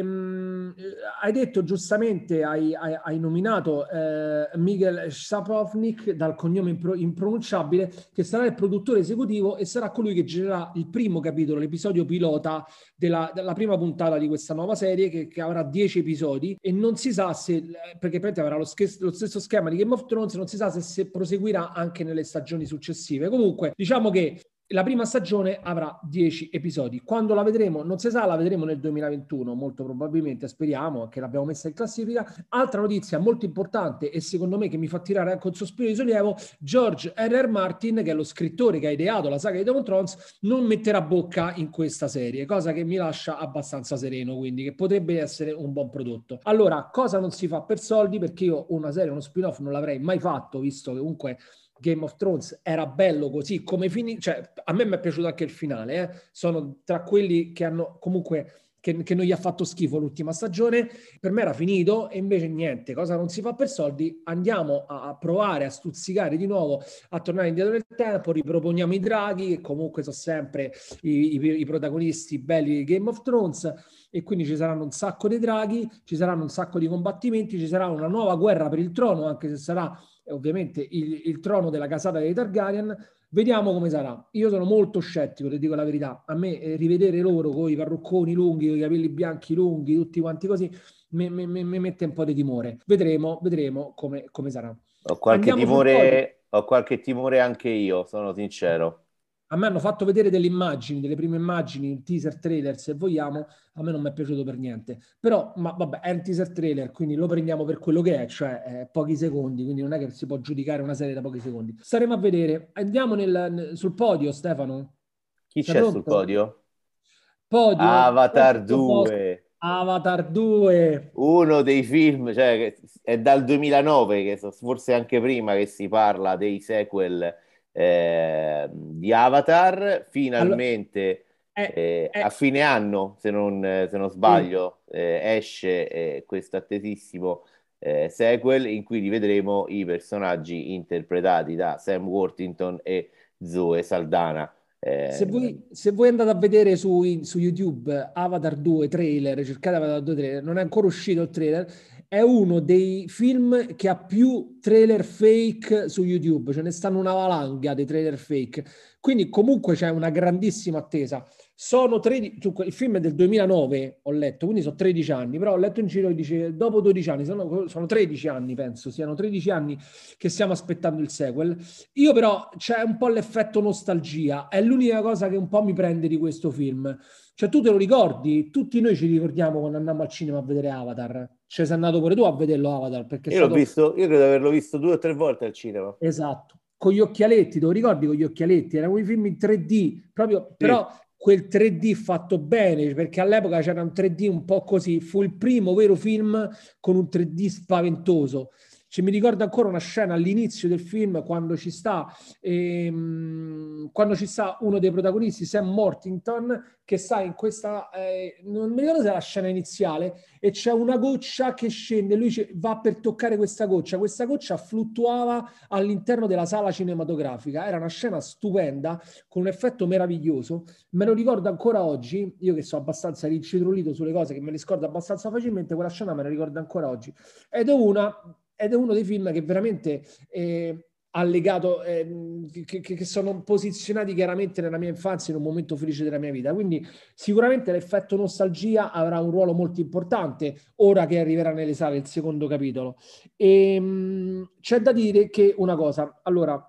ehm, eh, hai detto giustamente, hai, hai- hai nominato eh, Miguel Sapochnik dal cognome impro- impronunciabile, che sarà il produttore esecutivo e sarà colui che girerà il primo capitolo, l'episodio pilota della, della prima puntata di questa nuova serie, che, che avrà dieci episodi e non si sa se, perché praticamente avrà lo, sch- lo stesso schema di Game of Thrones, non si sa se, se proseguirà anche nelle stagioni successive. Comunque, diciamo che la prima stagione avrà dieci episodi. Quando la vedremo non si sa, la vedremo nel duemilaventuno, molto probabilmente, speriamo che l'abbiamo messa in classifica. Altra notizia molto importante e secondo me che mi fa tirare anche un sospiro di sollievo, George R R. Martin, che è lo scrittore che ha ideato la saga di Game of Thrones, non metterà bocca in questa serie, cosa che mi lascia abbastanza sereno, quindi che potrebbe essere un buon prodotto. Allora, cosa non si fa per soldi? Perché io una serie, uno spin-off non l'avrei mai fatto, visto che comunque Game of Thrones era bello così come finì, cioè a me mi è piaciuto anche il finale, eh? Sono tra quelli che hanno comunque che, che non gli ha fatto schifo l'ultima stagione, per me era finito e invece niente, cosa non si fa per soldi, andiamo a, a provare a stuzzicare di nuovo, a tornare indietro nel tempo, riproponiamo i draghi che comunque sono sempre i, i, i protagonisti belli di Game of Thrones e quindi ci saranno un sacco di draghi, ci saranno un sacco di combattimenti, ci sarà una nuova guerra per il trono, anche se sarà ovviamente il, il trono della casata dei Targaryen. Vediamo come sarà. Io sono molto scettico, ti dico la verità. A me eh, rivedere loro con i parrucconi lunghi, con i capelli bianchi lunghi, tutti quanti così, mi, mi, mi mette un po' di timore. Vedremo, vedremo come, come sarà. Ho qualche Andiamo sul podio. timore, ho qualche timore anche io, sono sincero. A me hanno fatto vedere delle immagini, delle prime immagini, teaser trailer se vogliamo, a me non mi è piaciuto per niente. Però, ma vabbè, è un teaser trailer, quindi lo prendiamo per quello che è, cioè eh, pochi secondi, quindi non è che si può giudicare una serie da pochi secondi. Staremo a vedere. Andiamo nel, nel- sul podio, Stefano. Chi Sei c'è sul pronto? podio? Podio, Avatar terzo posto, due. Avatar due. Uno dei film, cioè, che è dal duemilanove, che so- forse anche prima che si parla dei sequel eh, di Avatar, Allora, finalmente è, eh, a è, fine anno, se non, eh, se non sì. sbaglio, eh, esce eh, questo attesissimo eh, sequel in cui rivedremo i personaggi interpretati da Sam Worthington e Zoe Saldana. Se Eh, voi, se voi andate a vedere su, su YouTube Avatar due trailer, cercate Avatar due trailer, non è ancora uscito il trailer, è uno dei film che ha più trailer fake su YouTube, ce ne stanno una valanga di trailer fake, quindi comunque c'è una grandissima attesa. Sono tredici, il film è del duemilanove, ho letto, quindi sono tredici anni, però ho letto in giro che dice dopo dodici anni, sono, sono tredici anni, penso, siano tredici anni che stiamo aspettando il sequel. Io però c'è un po' l'effetto nostalgia, è l'unica cosa che un po' mi prende di questo film. Cioè tu te lo ricordi? Tutti noi ci ricordiamo quando andammo al cinema a vedere Avatar. ci sei andato pure tu a vederlo Avatar, perché è Io l'ho stato... visto, io credo di averlo visto due o tre volte al cinema. Esatto, con gli occhialetti, te lo ricordi con gli occhialetti? Erano i film in tre D, proprio, Sì. però quel tre D fatto bene, perché all'epoca c'era un tre D un po' così, fu il primo vero film con un tre D spaventoso. Cioè, mi ricordo ancora una scena all'inizio del film quando ci sta, ehm, quando ci sta uno dei protagonisti, Sam Worthington, che sta in questa, eh, non mi ricordo se è la scena iniziale, e c'è una goccia che scende, lui c- va per toccare questa goccia, questa goccia fluttuava all'interno della sala cinematografica, era una scena stupenda, con un effetto meraviglioso, me lo ricordo ancora oggi, io che sono abbastanza rincitrullito sulle cose, che me le scordo abbastanza facilmente, quella scena me la ricordo ancora oggi, ed è una ed è uno dei film che veramente eh, ha legato, eh, che, che sono posizionati chiaramente nella mia infanzia in un momento felice della mia vita. Quindi sicuramente l'effetto nostalgia avrà un ruolo molto importante ora che arriverà nelle sale il secondo capitolo. E, mh, c'è da dire che una cosa, allora,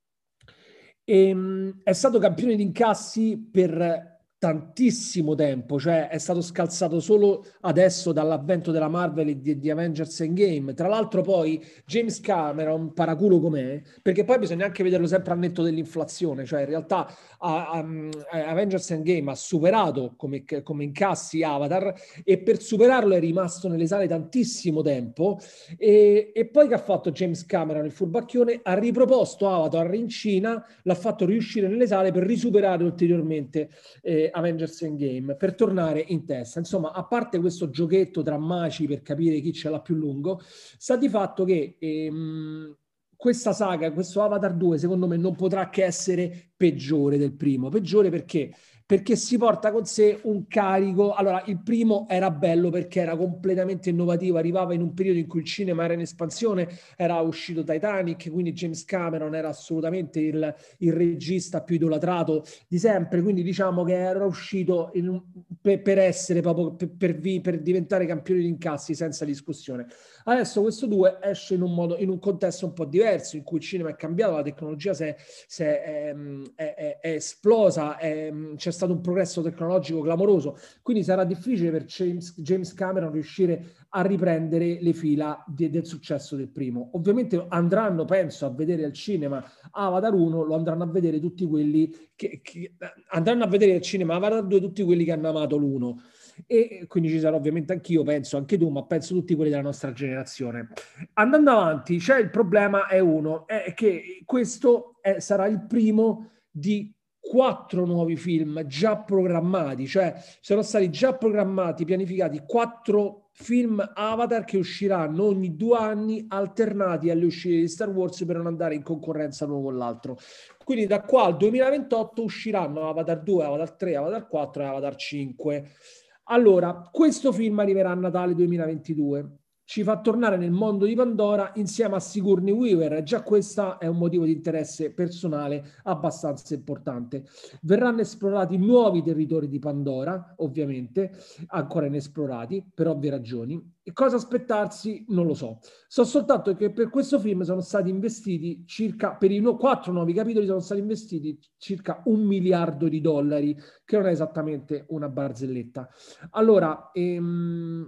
ehm, è stato campione di incassi per tantissimo tempo, cioè è stato scalzato solo adesso dall'avvento della Marvel e di, di Avengers Endgame. Tra l'altro poi James Cameron, paraculo com'è, perché poi bisogna anche vederlo sempre al netto dell'inflazione, cioè in realtà a, a, a Avengers Endgame ha superato come, come incassi Avatar e per superarlo è rimasto nelle sale tantissimo tempo e, e poi che ha fatto James Cameron, il furbacchione, ha riproposto Avatar in Cina, l'ha fatto riuscire nelle sale per risuperare ulteriormente eh, Avengers Endgame, per tornare in testa. Insomma, a parte questo giochetto tra maci per capire chi ce l'ha più lungo, sta di fatto che ehm, questa saga, questo Avatar due, secondo me non potrà che essere peggiore del primo. Peggiore perché? Perché si porta con sé un carico. Allora, il primo era bello perché era completamente innovativo, arrivava in un periodo in cui il cinema era in espansione, era uscito Titanic, quindi James Cameron era assolutamente il, il regista più idolatrato di sempre, quindi diciamo che era uscito in, per, per essere proprio per, per, per diventare campione di incassi senza discussione. Adesso questo due esce in un modo, in un contesto un po' diverso, in cui il cinema è cambiato, la tecnologia si è, si è, è, è, è esplosa, è, c'è stato un progresso tecnologico clamoroso, quindi sarà difficile per James, James Cameron riuscire a riprendere le fila di, del successo del primo. Ovviamente andranno, penso, a vedere al cinema Avatar uno, lo andranno a vedere tutti quelli che, che andranno a vedere al cinema Avatar due tutti quelli che hanno amato l'uno. E quindi ci sarà ovviamente anch'io, penso anche tu, ma penso tutti quelli della nostra generazione. Andando avanti, c'è il problema è uno, è che questo è, sarà il primo di quattro nuovi film già programmati, cioè sono stati già programmati, pianificati quattro film Avatar che usciranno ogni due anni alternati alle uscite di Star Wars per non andare in concorrenza l'uno con l'altro. Quindi da qua al duemilaventotto usciranno Avatar due, Avatar tre, Avatar quattro e Avatar cinque. Allora, questo film arriverà a Natale duemilaventidue. Ci fa tornare nel mondo di Pandora insieme a Sigourney Weaver. Già questo è un motivo di interesse personale abbastanza importante. Verranno esplorati nuovi territori di Pandora, ovviamente, ancora inesplorati, per ovvie ragioni. E cosa aspettarsi non lo so. So soltanto che per questo film sono stati investiti circa, per i no, quattro nuovi capitoli sono stati investiti circa un miliardo di dollari, che non è esattamente una barzelletta. Allora, ehm,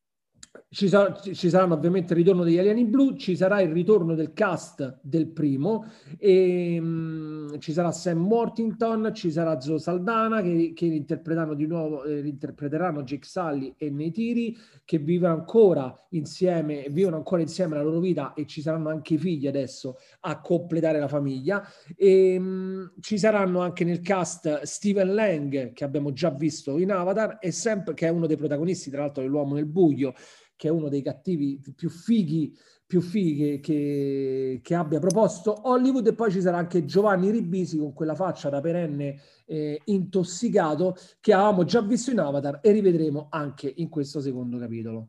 ci, sa- ci saranno ovviamente il ritorno degli alieni blu, ci sarà il ritorno del cast del primo, e, um, ci sarà Sam Worthington, ci sarà Zoe Saldana che, che interpretano di nuovo, eh, interpreteranno Jake Sully e Neytiri, che vivono ancora insieme, vivono ancora insieme la loro vita e ci saranno anche i figli adesso a completare la famiglia. E, um, ci saranno anche nel cast Steven Lang, che abbiamo già visto in Avatar, e Sam, che è uno dei protagonisti, tra l'altro, dell'Uomo nel Buio, che è uno dei cattivi più fighi, più fighi che, che, che abbia proposto Hollywood. E poi ci sarà anche Giovanni Ribisi con quella faccia da perenne eh, intossicato che avevamo già visto in Avatar e rivedremo anche in questo secondo capitolo.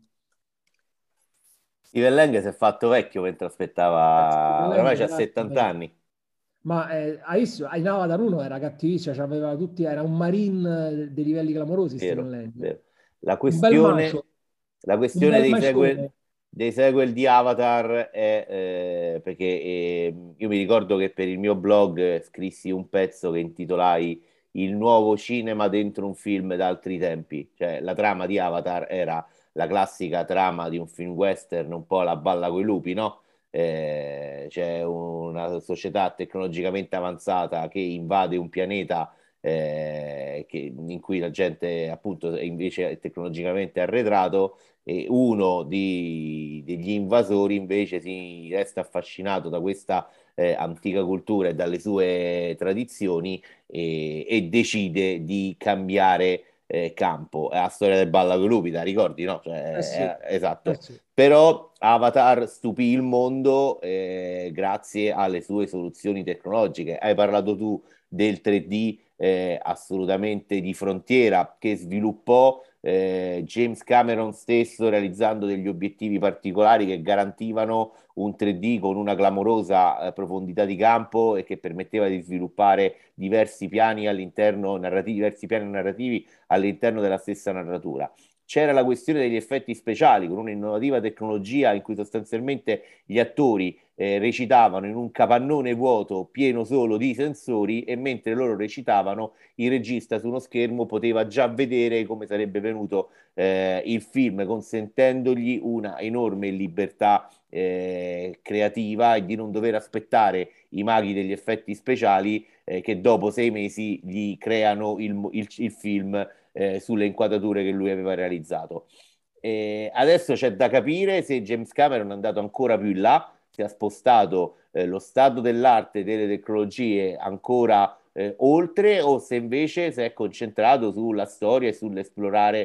Steven Lang si è fatto vecchio mentre aspettava, oramai c'ha settanta anni. Ma eh, hai visto, in Avatar uno era cattivissimo, cioè aveva tutti, era un marine dei livelli clamorosi. Vero, Steven Lang. vero. La Un bel questione, macio, la un questione bel dei sequel, macione. dei sequel di Avatar è eh, perché eh, io mi ricordo che per il mio blog eh, scrissi un pezzo che intitolai Il nuovo cinema dentro un film d'altri tempi, cioè la trama di Avatar era la classica trama di un film western un po' alla Balla coi lupi, no? Eh, c'è una società tecnologicamente avanzata che invade un pianeta eh, che- in cui la gente appunto invece è tecnologicamente arretrato, e uno di- degli invasori invece si resta affascinato da questa eh, antica cultura e dalle sue tradizioni, e, e decide di cambiare eh, campo. È la storia del Balla con i lupi, la ricordi, no? Eh sì, Cioè, eh, eh esatto. sì. Però Avatar stupì il mondo eh, grazie alle sue soluzioni tecnologiche. Hai parlato tu del tre D eh, assolutamente di frontiera che sviluppò eh, James Cameron stesso, realizzando degli obiettivi particolari che garantivano un tre D con una clamorosa eh, profondità di campo e che permetteva di sviluppare diversi piani all'interno narrativi, diversi piani narrativi all'interno della stessa narratura. C'era la questione degli effetti speciali con un'innovativa tecnologia in cui sostanzialmente gli attori eh, recitavano in un capannone vuoto pieno solo di sensori, e mentre loro recitavano il regista su uno schermo poteva già vedere come sarebbe venuto eh, il film, consentendogli una enorme libertà eh, creativa e di non dover aspettare i maghi degli effetti speciali eh, che dopo sei mesi gli creano il, il, il film eh, sulle inquadrature che lui aveva realizzato. E adesso c'è da capire se James Cameron è andato ancora più in là, si è spostato eh, lo stato dell'arte delle tecnologie ancora eh, oltre, o se invece si è concentrato sulla storia e sull'esplorare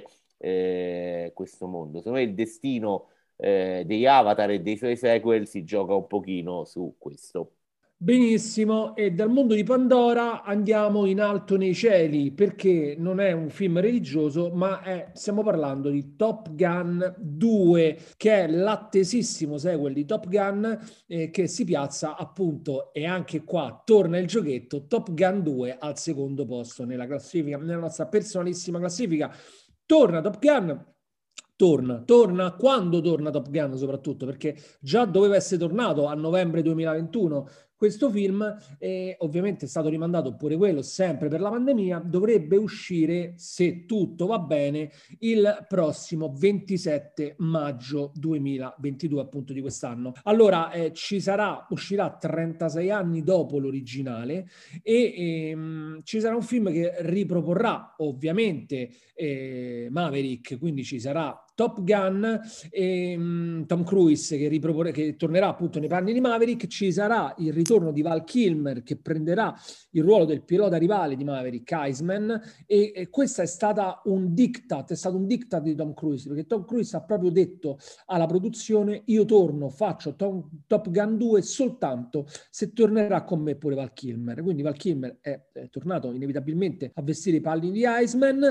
eh, questo mondo. Secondo me il destino eh, degli Avatar e dei suoi sequel si gioca un pochino su questo. Benissimo, e dal mondo di Pandora andiamo in alto nei cieli perché non è un film religioso, ma è, stiamo parlando di Top Gun due, che è l'attesissimo sequel di Top Gun eh, che si piazza appunto, e anche qua torna il giochetto, Top Gun due al secondo posto nella classifica, nella nostra personalissima classifica. Torna Top Gun. Torna, torna quando torna Top Gun soprattutto, perché già doveva essere tornato a novembre duemilaventuno questo film, eh, ovviamente è stato rimandato pure quello, sempre per la pandemia, dovrebbe uscire, se tutto va bene, il prossimo ventisette maggio duemilaventidue, appunto di quest'anno. Allora, eh, ci sarà, uscirà trentasei anni dopo l'originale e ehm, ci sarà un film che riproporrà ovviamente eh, Maverick, quindi ci sarà Top Gun e um, Tom Cruise che, ripropone, che tornerà appunto nei panni di Maverick, ci sarà il ritorno di Val Kilmer che prenderà il ruolo del pilota rivale di Maverick, Iceman, e, e questo è stata un diktat, è stato un diktat di Tom Cruise, perché Tom Cruise ha proprio detto alla produzione: io torno, faccio Tom, Top Gun due soltanto se tornerà con me pure Val Kilmer. Quindi Val Kilmer è, è tornato inevitabilmente a vestire i panni di Iceman,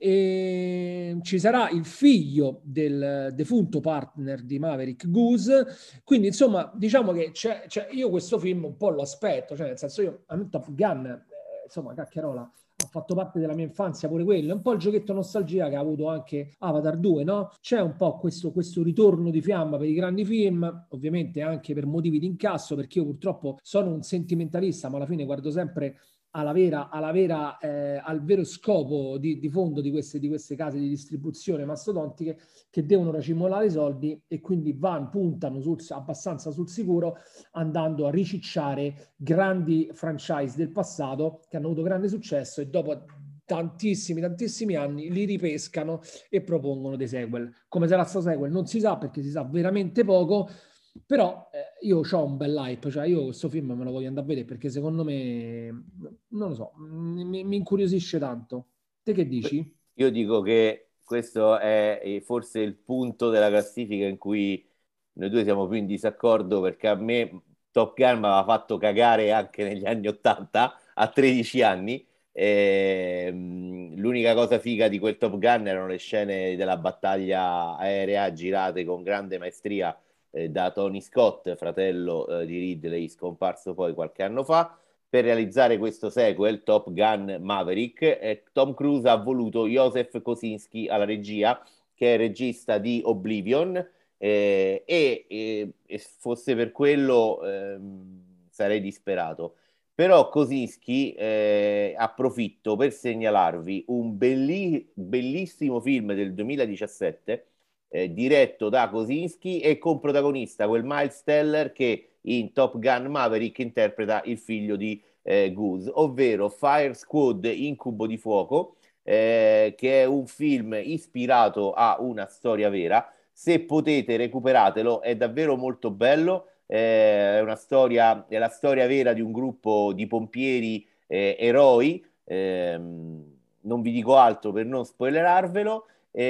e ci sarà il figlio del defunto partner di Maverick, Goose. Quindi insomma diciamo che c'è, c'è, io questo film un po' lo aspetto, cioè nel senso, io a me Top Gun eh, insomma cacchiarola ha fatto parte della mia infanzia pure quello, è un po' il giochetto nostalgia che ha avuto anche Avatar due, no? C'è un po' questo, questo ritorno di fiamma per i grandi film, ovviamente anche per motivi di incasso, perché io purtroppo sono un sentimentalista, ma alla fine guardo sempre alla vera, alla vera, eh, al vero scopo di, di fondo di queste, di queste case di distribuzione mastodontiche, che devono racimolare i soldi e quindi vanno, puntano sul, abbastanza sul sicuro, andando a ricicciare grandi franchise del passato che hanno avuto grande successo e dopo tantissimi, tantissimi anni li ripescano e propongono dei sequel. Come sarà sto sequel non si sa, perché si sa veramente poco. Però eh, io ho un bel hype, cioè io questo film me lo voglio andare a vedere perché secondo me, non lo so, mi, mi incuriosisce tanto. Te che dici? Io dico che questo è eh, forse il punto della classifica in cui noi due siamo più in disaccordo, perché a me Top Gun mi aveva fatto cagare anche negli anni ottanta, a tredici anni. Ehm, l'unica cosa figa di quel Top Gun erano le scene della battaglia aerea girate con grande maestria eh, da Tony Scott, fratello eh, di Ridley, scomparso poi qualche anno fa. Per realizzare questo sequel, Top Gun Maverick, eh, Tom Cruise ha voluto Joseph Kosinski alla regia, che è il regista di Oblivion, eh, e, e, e fosse per quello ehm, sarei disperato. Però Kosinski eh, approfitto per segnalarvi un belli- bellissimo film del duemiladiciassette eh, diretto da Kosinski e con protagonista quel Miles Teller che in Top Gun Maverick interpreta il figlio di eh, Goose, ovvero Fire Squad Incubo di Fuoco, eh, che è un film ispirato a una storia vera. Se potete recuperatelo, è davvero molto bello. Eh, è una storia, è la storia vera di un gruppo di pompieri eh, eroi. Ehm, non vi dico altro per non spoilerarvelo.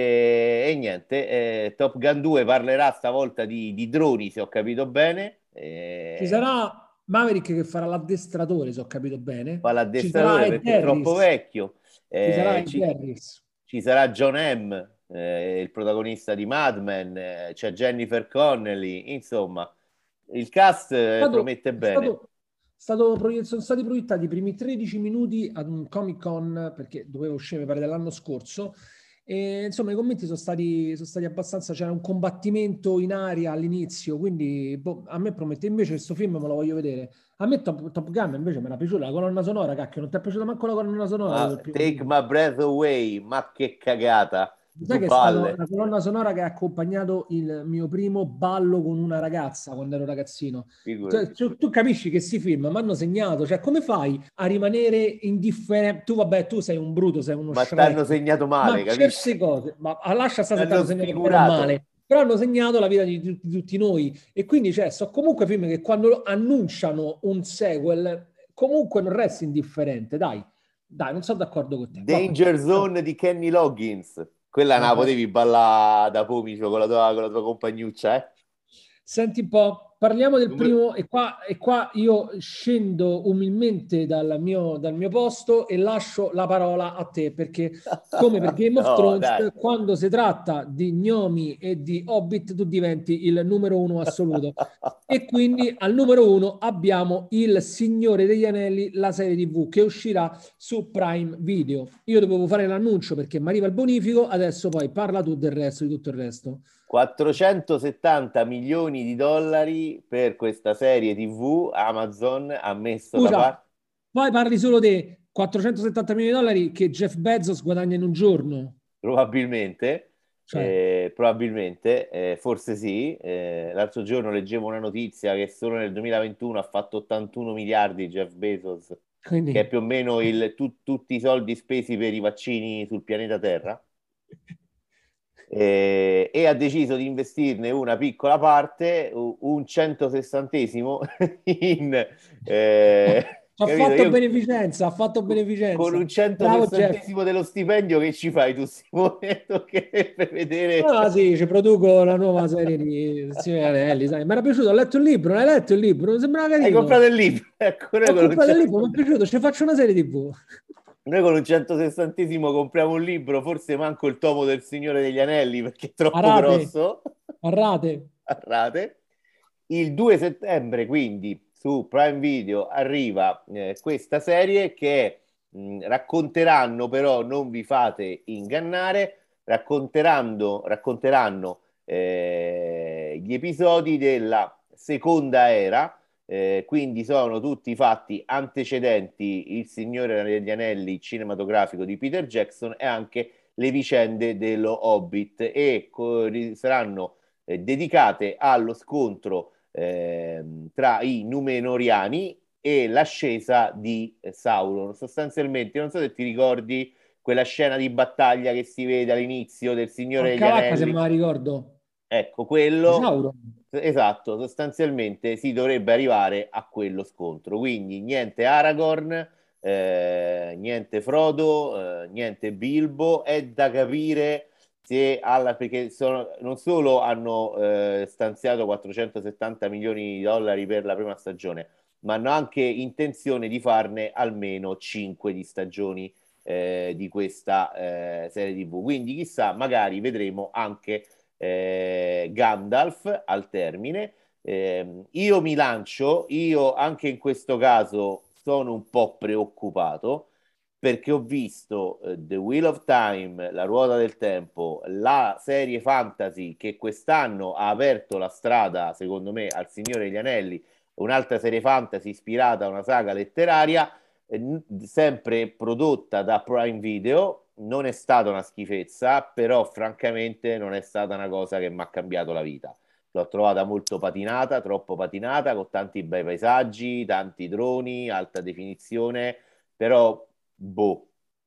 E, e niente, eh, Top Gun due parlerà stavolta di, di droni, se ho capito bene. Ci Eh, sarà Maverick che farà l'addestratore, se ho capito bene. fa Ci sarà l'addestratore Ed perché è troppo Harris. vecchio. Ci sarà Eh, Ed ci, Harris. ci sarà John Hamm, eh, il protagonista di Mad Men, eh, c'è Jennifer Connelly, insomma, il cast È eh, stato, promette è bene. stato, stato proie- sono stati proiettati i primi tredici minuti ad un Comic Con perché doveva uscire, mi pare, dell'anno scorso. E insomma, i commenti sono stati, sono stati abbastanza. C'era un combattimento in aria all'inizio, quindi boh, a me promette. Invece, questo film me lo voglio vedere. A me Top, Top Gun invece mi era piaciuta la colonna sonora, cacchio. Non ti è piaciuta manco la colonna sonora Ma del primo Take film? My Breath Away, ma che cagata, Sai due che è stata palle, la colonna sonora che ha accompagnato il mio primo ballo con una ragazza quando ero ragazzino. Tu, figurati. tu- tu capisci che questi film mi hanno segnato, cioè come fai a rimanere indifferente? Tu vabbè, tu sei un bruto, sei uno Ma t'hanno Shrek, segnato male, ma capisci? certe cose, ma ah, lascia stare se ti T'hanno hanno segnato bene o sfigurato. male, però hanno segnato la vita di, di- di tutti noi e quindi cioè, so comunque film che quando annunciano un sequel comunque non resti indifferente, dai, dai, non sono d'accordo con te. Vabbè. Danger Zone di Kenny Loggins. Quella non la Vabbè. potevi ballare da pomicio con la tua, con la tua compagnuccia, eh? Senti un po', parliamo del Numero- primo e qua, e qua io scendo umilmente dal mio, dal mio posto e lascio la parola a te perché come per Game of No, Thrones, dai. quando si tratta di gnomi e di Hobbit, tu diventi il numero uno assoluto. E quindi al numero uno abbiamo Il Signore degli Anelli, la serie T V che uscirà su Prime Video. Io dovevo fare l'annuncio perché mi arriva il bonifico, adesso poi parla tu del resto, di tutto il resto. quattrocentosettanta milioni di dollari per questa serie T V. Amazon ha messo da Scusa, parte, poi parli solo di quattrocentosettanta milioni di dollari che Jeff Bezos guadagna in un giorno. probabilmente, Cioè, eh, probabilmente, eh, forse sì. Eh, l'altro giorno leggevo una notizia che solo nel duemilaventuno ha fatto ottantuno miliardi Jeff Bezos, che è quindi... più o meno il, tu- tutti i soldi spesi per i vaccini sul pianeta Terra. Eh, e ha deciso di investirne una piccola parte, u- un centosessantesimo in, eh, Ha capito? fatto Io beneficenza, ha fatto con beneficenza. un Bravo Jeff. centosessantesimo dello stipendio che ci fai tu, Simone? Toccherebbe vedere. Ah sì, ci produco la nuova serie di Signore Anelli, sai. Mi era piaciuto, ho letto il libro, non hai letto il libro? Non sembrava Hai comprato carino. il libro, ecco, noi Ho con un, comprato il ce- libro, mi è piaciuto, ci faccio una serie T V. noi con un centosessantesimo compriamo un libro, forse manco il tomo del Signore degli Anelli perché è A troppo rate, grosso. a rate. A rate. Il due settembre, quindi, su Prime Video arriva eh, questa serie che mh, racconteranno, però non vi fate ingannare, racconteranno, racconteranno eh, gli episodi della seconda era, eh, quindi sono tutti fatti antecedenti Il Signore degli Anelli cinematografico di Peter Jackson e anche le vicende dello Hobbit e co- saranno eh, dedicate allo scontro ehm, tra i Numenoriani e l'ascesa di eh, Sauron. Sostanzialmente, non so se ti ricordi quella scena di battaglia che si vede all'inizio del Signore degli Porca vacca se me Anelli. la ricordo. Ecco, Di quello, Sauron. esatto, sostanzialmente si dovrebbe arrivare a quello scontro. Quindi niente Aragorn, eh, niente Frodo, eh, niente Bilbo. È da capire se alla, perché sono, non solo hanno eh, stanziato quattrocentosettanta milioni di dollari per la prima stagione, ma hanno anche intenzione di farne almeno cinque di stagioni eh, di questa eh, serie T V. Quindi chissà, magari vedremo anche eh, Gandalf al termine. Eh, io mi lancio, io anche in questo caso sono un po' preoccupato perché ho visto eh, The Wheel of Time, La ruota del tempo, la serie fantasy che quest'anno ha aperto la strada, secondo me, al Signore degli Anelli, un'altra serie fantasy ispirata a una saga letteraria, eh, sempre prodotta da Prime Video, non è stata una schifezza, però francamente non è stata una cosa che mi ha cambiato la vita. L'ho trovata molto patinata, troppo patinata, con tanti bei paesaggi, tanti droni, alta definizione, però boh.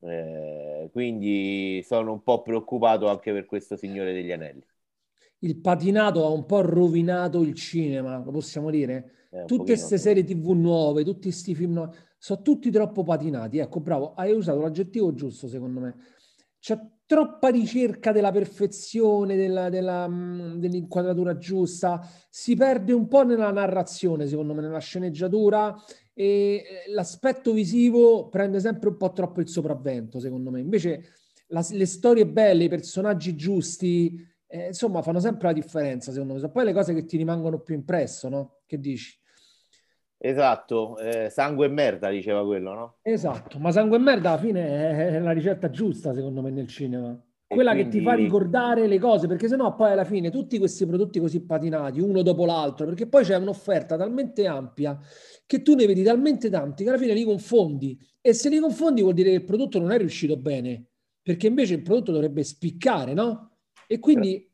Eh, quindi sono un po' preoccupato anche per questo Signore degli Anelli. Il patinato ha un po' rovinato il cinema, lo possiamo dire? È un Tutte pochino queste sì. serie T V nuove, tutti questi film nuovi, sono tutti troppo patinati. Ecco, bravo, hai usato l'aggettivo giusto, secondo me. C'è troppa ricerca della perfezione, della, della, mh, dell'inquadratura giusta, si perde un po' nella narrazione, secondo me, nella sceneggiatura, e eh, l'aspetto visivo prende sempre un po' troppo il sopravvento, secondo me. Invece la- le storie belle, i personaggi giusti, eh, insomma, fanno sempre la differenza, secondo me. Sono poi le cose che ti rimangono più impresso, no? Che dici? Esatto, eh, sangue e merda, diceva quello, no? Esatto, ma sangue e merda alla fine è è la ricetta giusta, secondo me, nel cinema. E Quella che ti fa quindi ricordare le cose, perché sennò poi alla fine tutti questi prodotti così patinati, uno dopo l'altro, perché poi c'è un'offerta talmente ampia che tu ne vedi talmente tanti che alla fine li confondi. E se li confondi vuol dire che il prodotto non è riuscito bene, perché invece il prodotto dovrebbe spiccare, no? E quindi,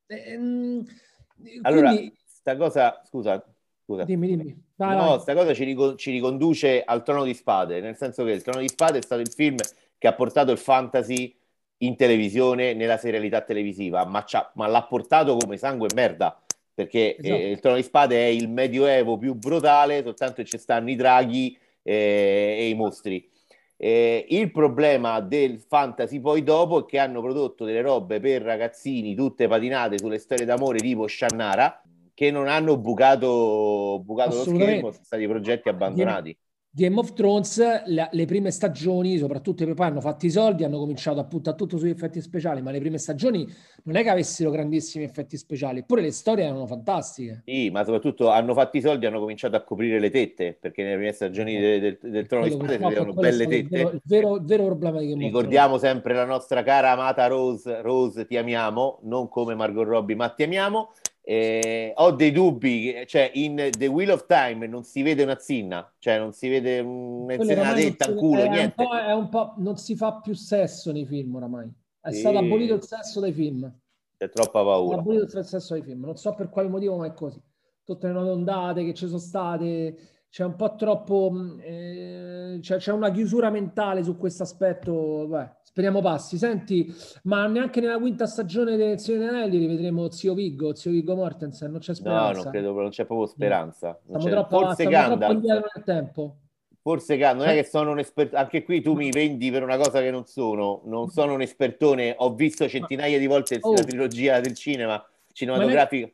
ehm, allora, quindi sta cosa, scusa, scusa. dimmi, dimmi, vai, No, vai. sta cosa ci, rico- ci riconduce al Trono di Spade, nel senso che il Trono di Spade è stato il film che ha portato il fantasy in televisione, nella serialità televisiva, ma, c'ha- ma l'ha portato come sangue e merda, perché eh, Esatto. il Trono di Spade è il medioevo più brutale, soltanto ci stanno i draghi eh, e i mostri. Eh, il problema del fantasy poi dopo è che hanno prodotto delle robe per ragazzini tutte patinate sulle storie d'amore tipo Shannara, che non hanno bucato, bucato lo schermo, sono Assolutamente. stati progetti Game, abbandonati. Game of Thrones, la- le prime stagioni, soprattutto poi hanno fatto i soldi, hanno cominciato a puntare tutto sugli effetti speciali, ma le prime stagioni non è che avessero grandissimi effetti speciali, eppure le storie erano fantastiche. Sì, ma soprattutto hanno fatto i soldi, hanno cominciato a coprire le tette, perché nelle prime stagioni Esatto. de- del, del E Trono di quello Spade si purtroppo, vedevano quello è belle stato il vero, tette. il vero, il vero problema di Game of Thrones. Ricordiamo sempre la nostra cara amata Rose, Rose ti amiamo, non come Margot Robbie, ma ti amiamo. Eh, ho dei dubbi, cioè in The Wheel of Time non si vede una zinna, cioè non si vede Quello un'enzena, una oramai non, tetta, si, un culo, è un po', niente. è un po', non si fa più sesso nei film oramai. È stato abolito Sì, il sesso dai film. c'è troppa È paura. abolito il sesso dai film. Non so per quale motivo, ma è così. Tutte le nuove ondate che ci sono state, c'è un po' troppo, mh, eh, c'è, c'è una chiusura mentale su questo aspetto. Beh, speriamo passi. Senti, ma neanche nella quinta stagione del Signore degli Anelli rivedremo Zio Viggo, Zio Viggo Mortensen, non c'è No, non speranza. credo, non c'è proprio No. speranza. Non Stiamo c'è- troppo, avanti, Forse stiamo troppo Gandalf, indietro nel tempo. forse Gandalf, non è Eh? che sono un esperto, anche qui tu Ma, mi vendi per una cosa che non sono, non sono un espertone, ho visto ma- centinaia di volte il- la oh, trilogia del cinema ma non è, cinematografico.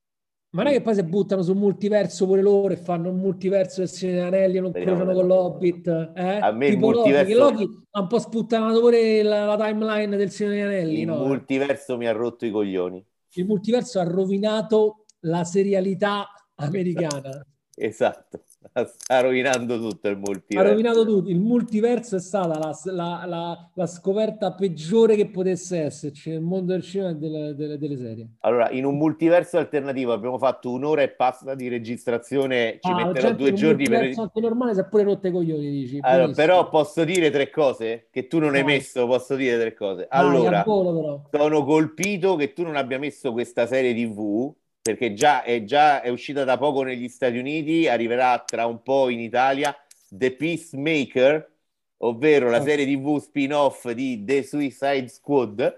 ma non è Sì, che poi si buttano sul multiverso pure loro e fanno un multiverso del Signore degli Anelli e non speriamo incrociano di con no. l'Hobbit, A eh? me il Tipo Loki, che multiverso, Loki ha un po' sputtanato pure la, la timeline del Signore degli Anelli, il no? Eh? multiverso mi ha rotto i coglioni. Il multiverso ha rovinato la serialità americana. Esatto, sta rovinando tutto il Ha multiverso. rovinato tutto. Il multiverso è stata la, la- la- la scoperta peggiore che potesse esserci nel mondo del cinema e delle, delle- delle serie. Allora, in un multiverso alternativo abbiamo fatto un'ora e passa di registrazione, ci Ah, la metterò gente due in un giorni multiverso per... anche normale si è pure rotte i coglioni, dici. Allora, però Benissimo. posso dire tre cose che tu non hai Vai, messo, posso dire tre cose. vai, a Allora, volo però. sono colpito che tu non abbia messo questa serie T V, perché già è, già è uscita da poco negli Stati Uniti, arriverà tra un po' in Italia, The Peacemaker, ovvero la Ah, serie T V spin-off di The Suicide Squad,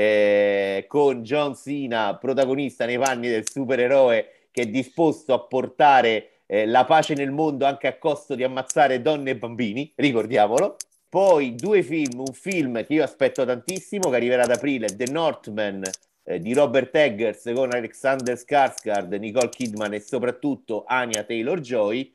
eh, con John Cena protagonista nei panni del supereroe che è disposto a portare eh, la pace nel mondo anche a costo di ammazzare donne e bambini, ricordiamolo. Poi due film, un film che io aspetto tantissimo, che arriverà ad aprile, The Northman eh, di Robert Eggers con Alexander Skarsgård, Nicole Kidman e soprattutto Anya Taylor-Joy,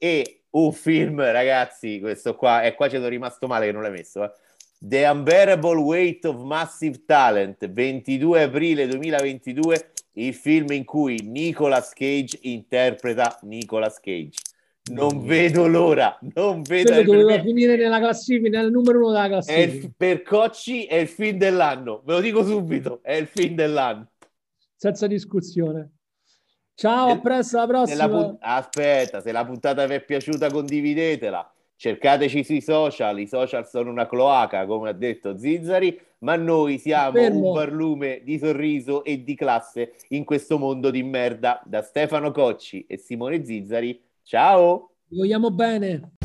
e un film, ragazzi, questo qua, e qua ci sono rimasto male che non l'hai messo, eh. The Unbearable Weight of Massive Talent, ventidue aprile duemilaventidue, il film in cui Nicolas Cage interpreta Nicolas Cage. Non mamma mia. vedo l'ora, non vedo, Quello eh, per doveva me finire nella classifica, nel numero uno della è il, classifica, per Cocci è il film dell'anno, ve lo dico subito, è il film dell'anno. senza discussione. Ciao, a Se, presto, alla se la pun- prossima. Aspetta, se la puntata vi è piaciuta condividetela, cercateci sui social, i social sono una cloaca, come ha detto Zizzari, ma noi siamo Fermo. un barlume di sorriso e di classe in questo mondo di merda. Da Stefano Cocci e Simone Zizzari, ciao! Vi vogliamo bene.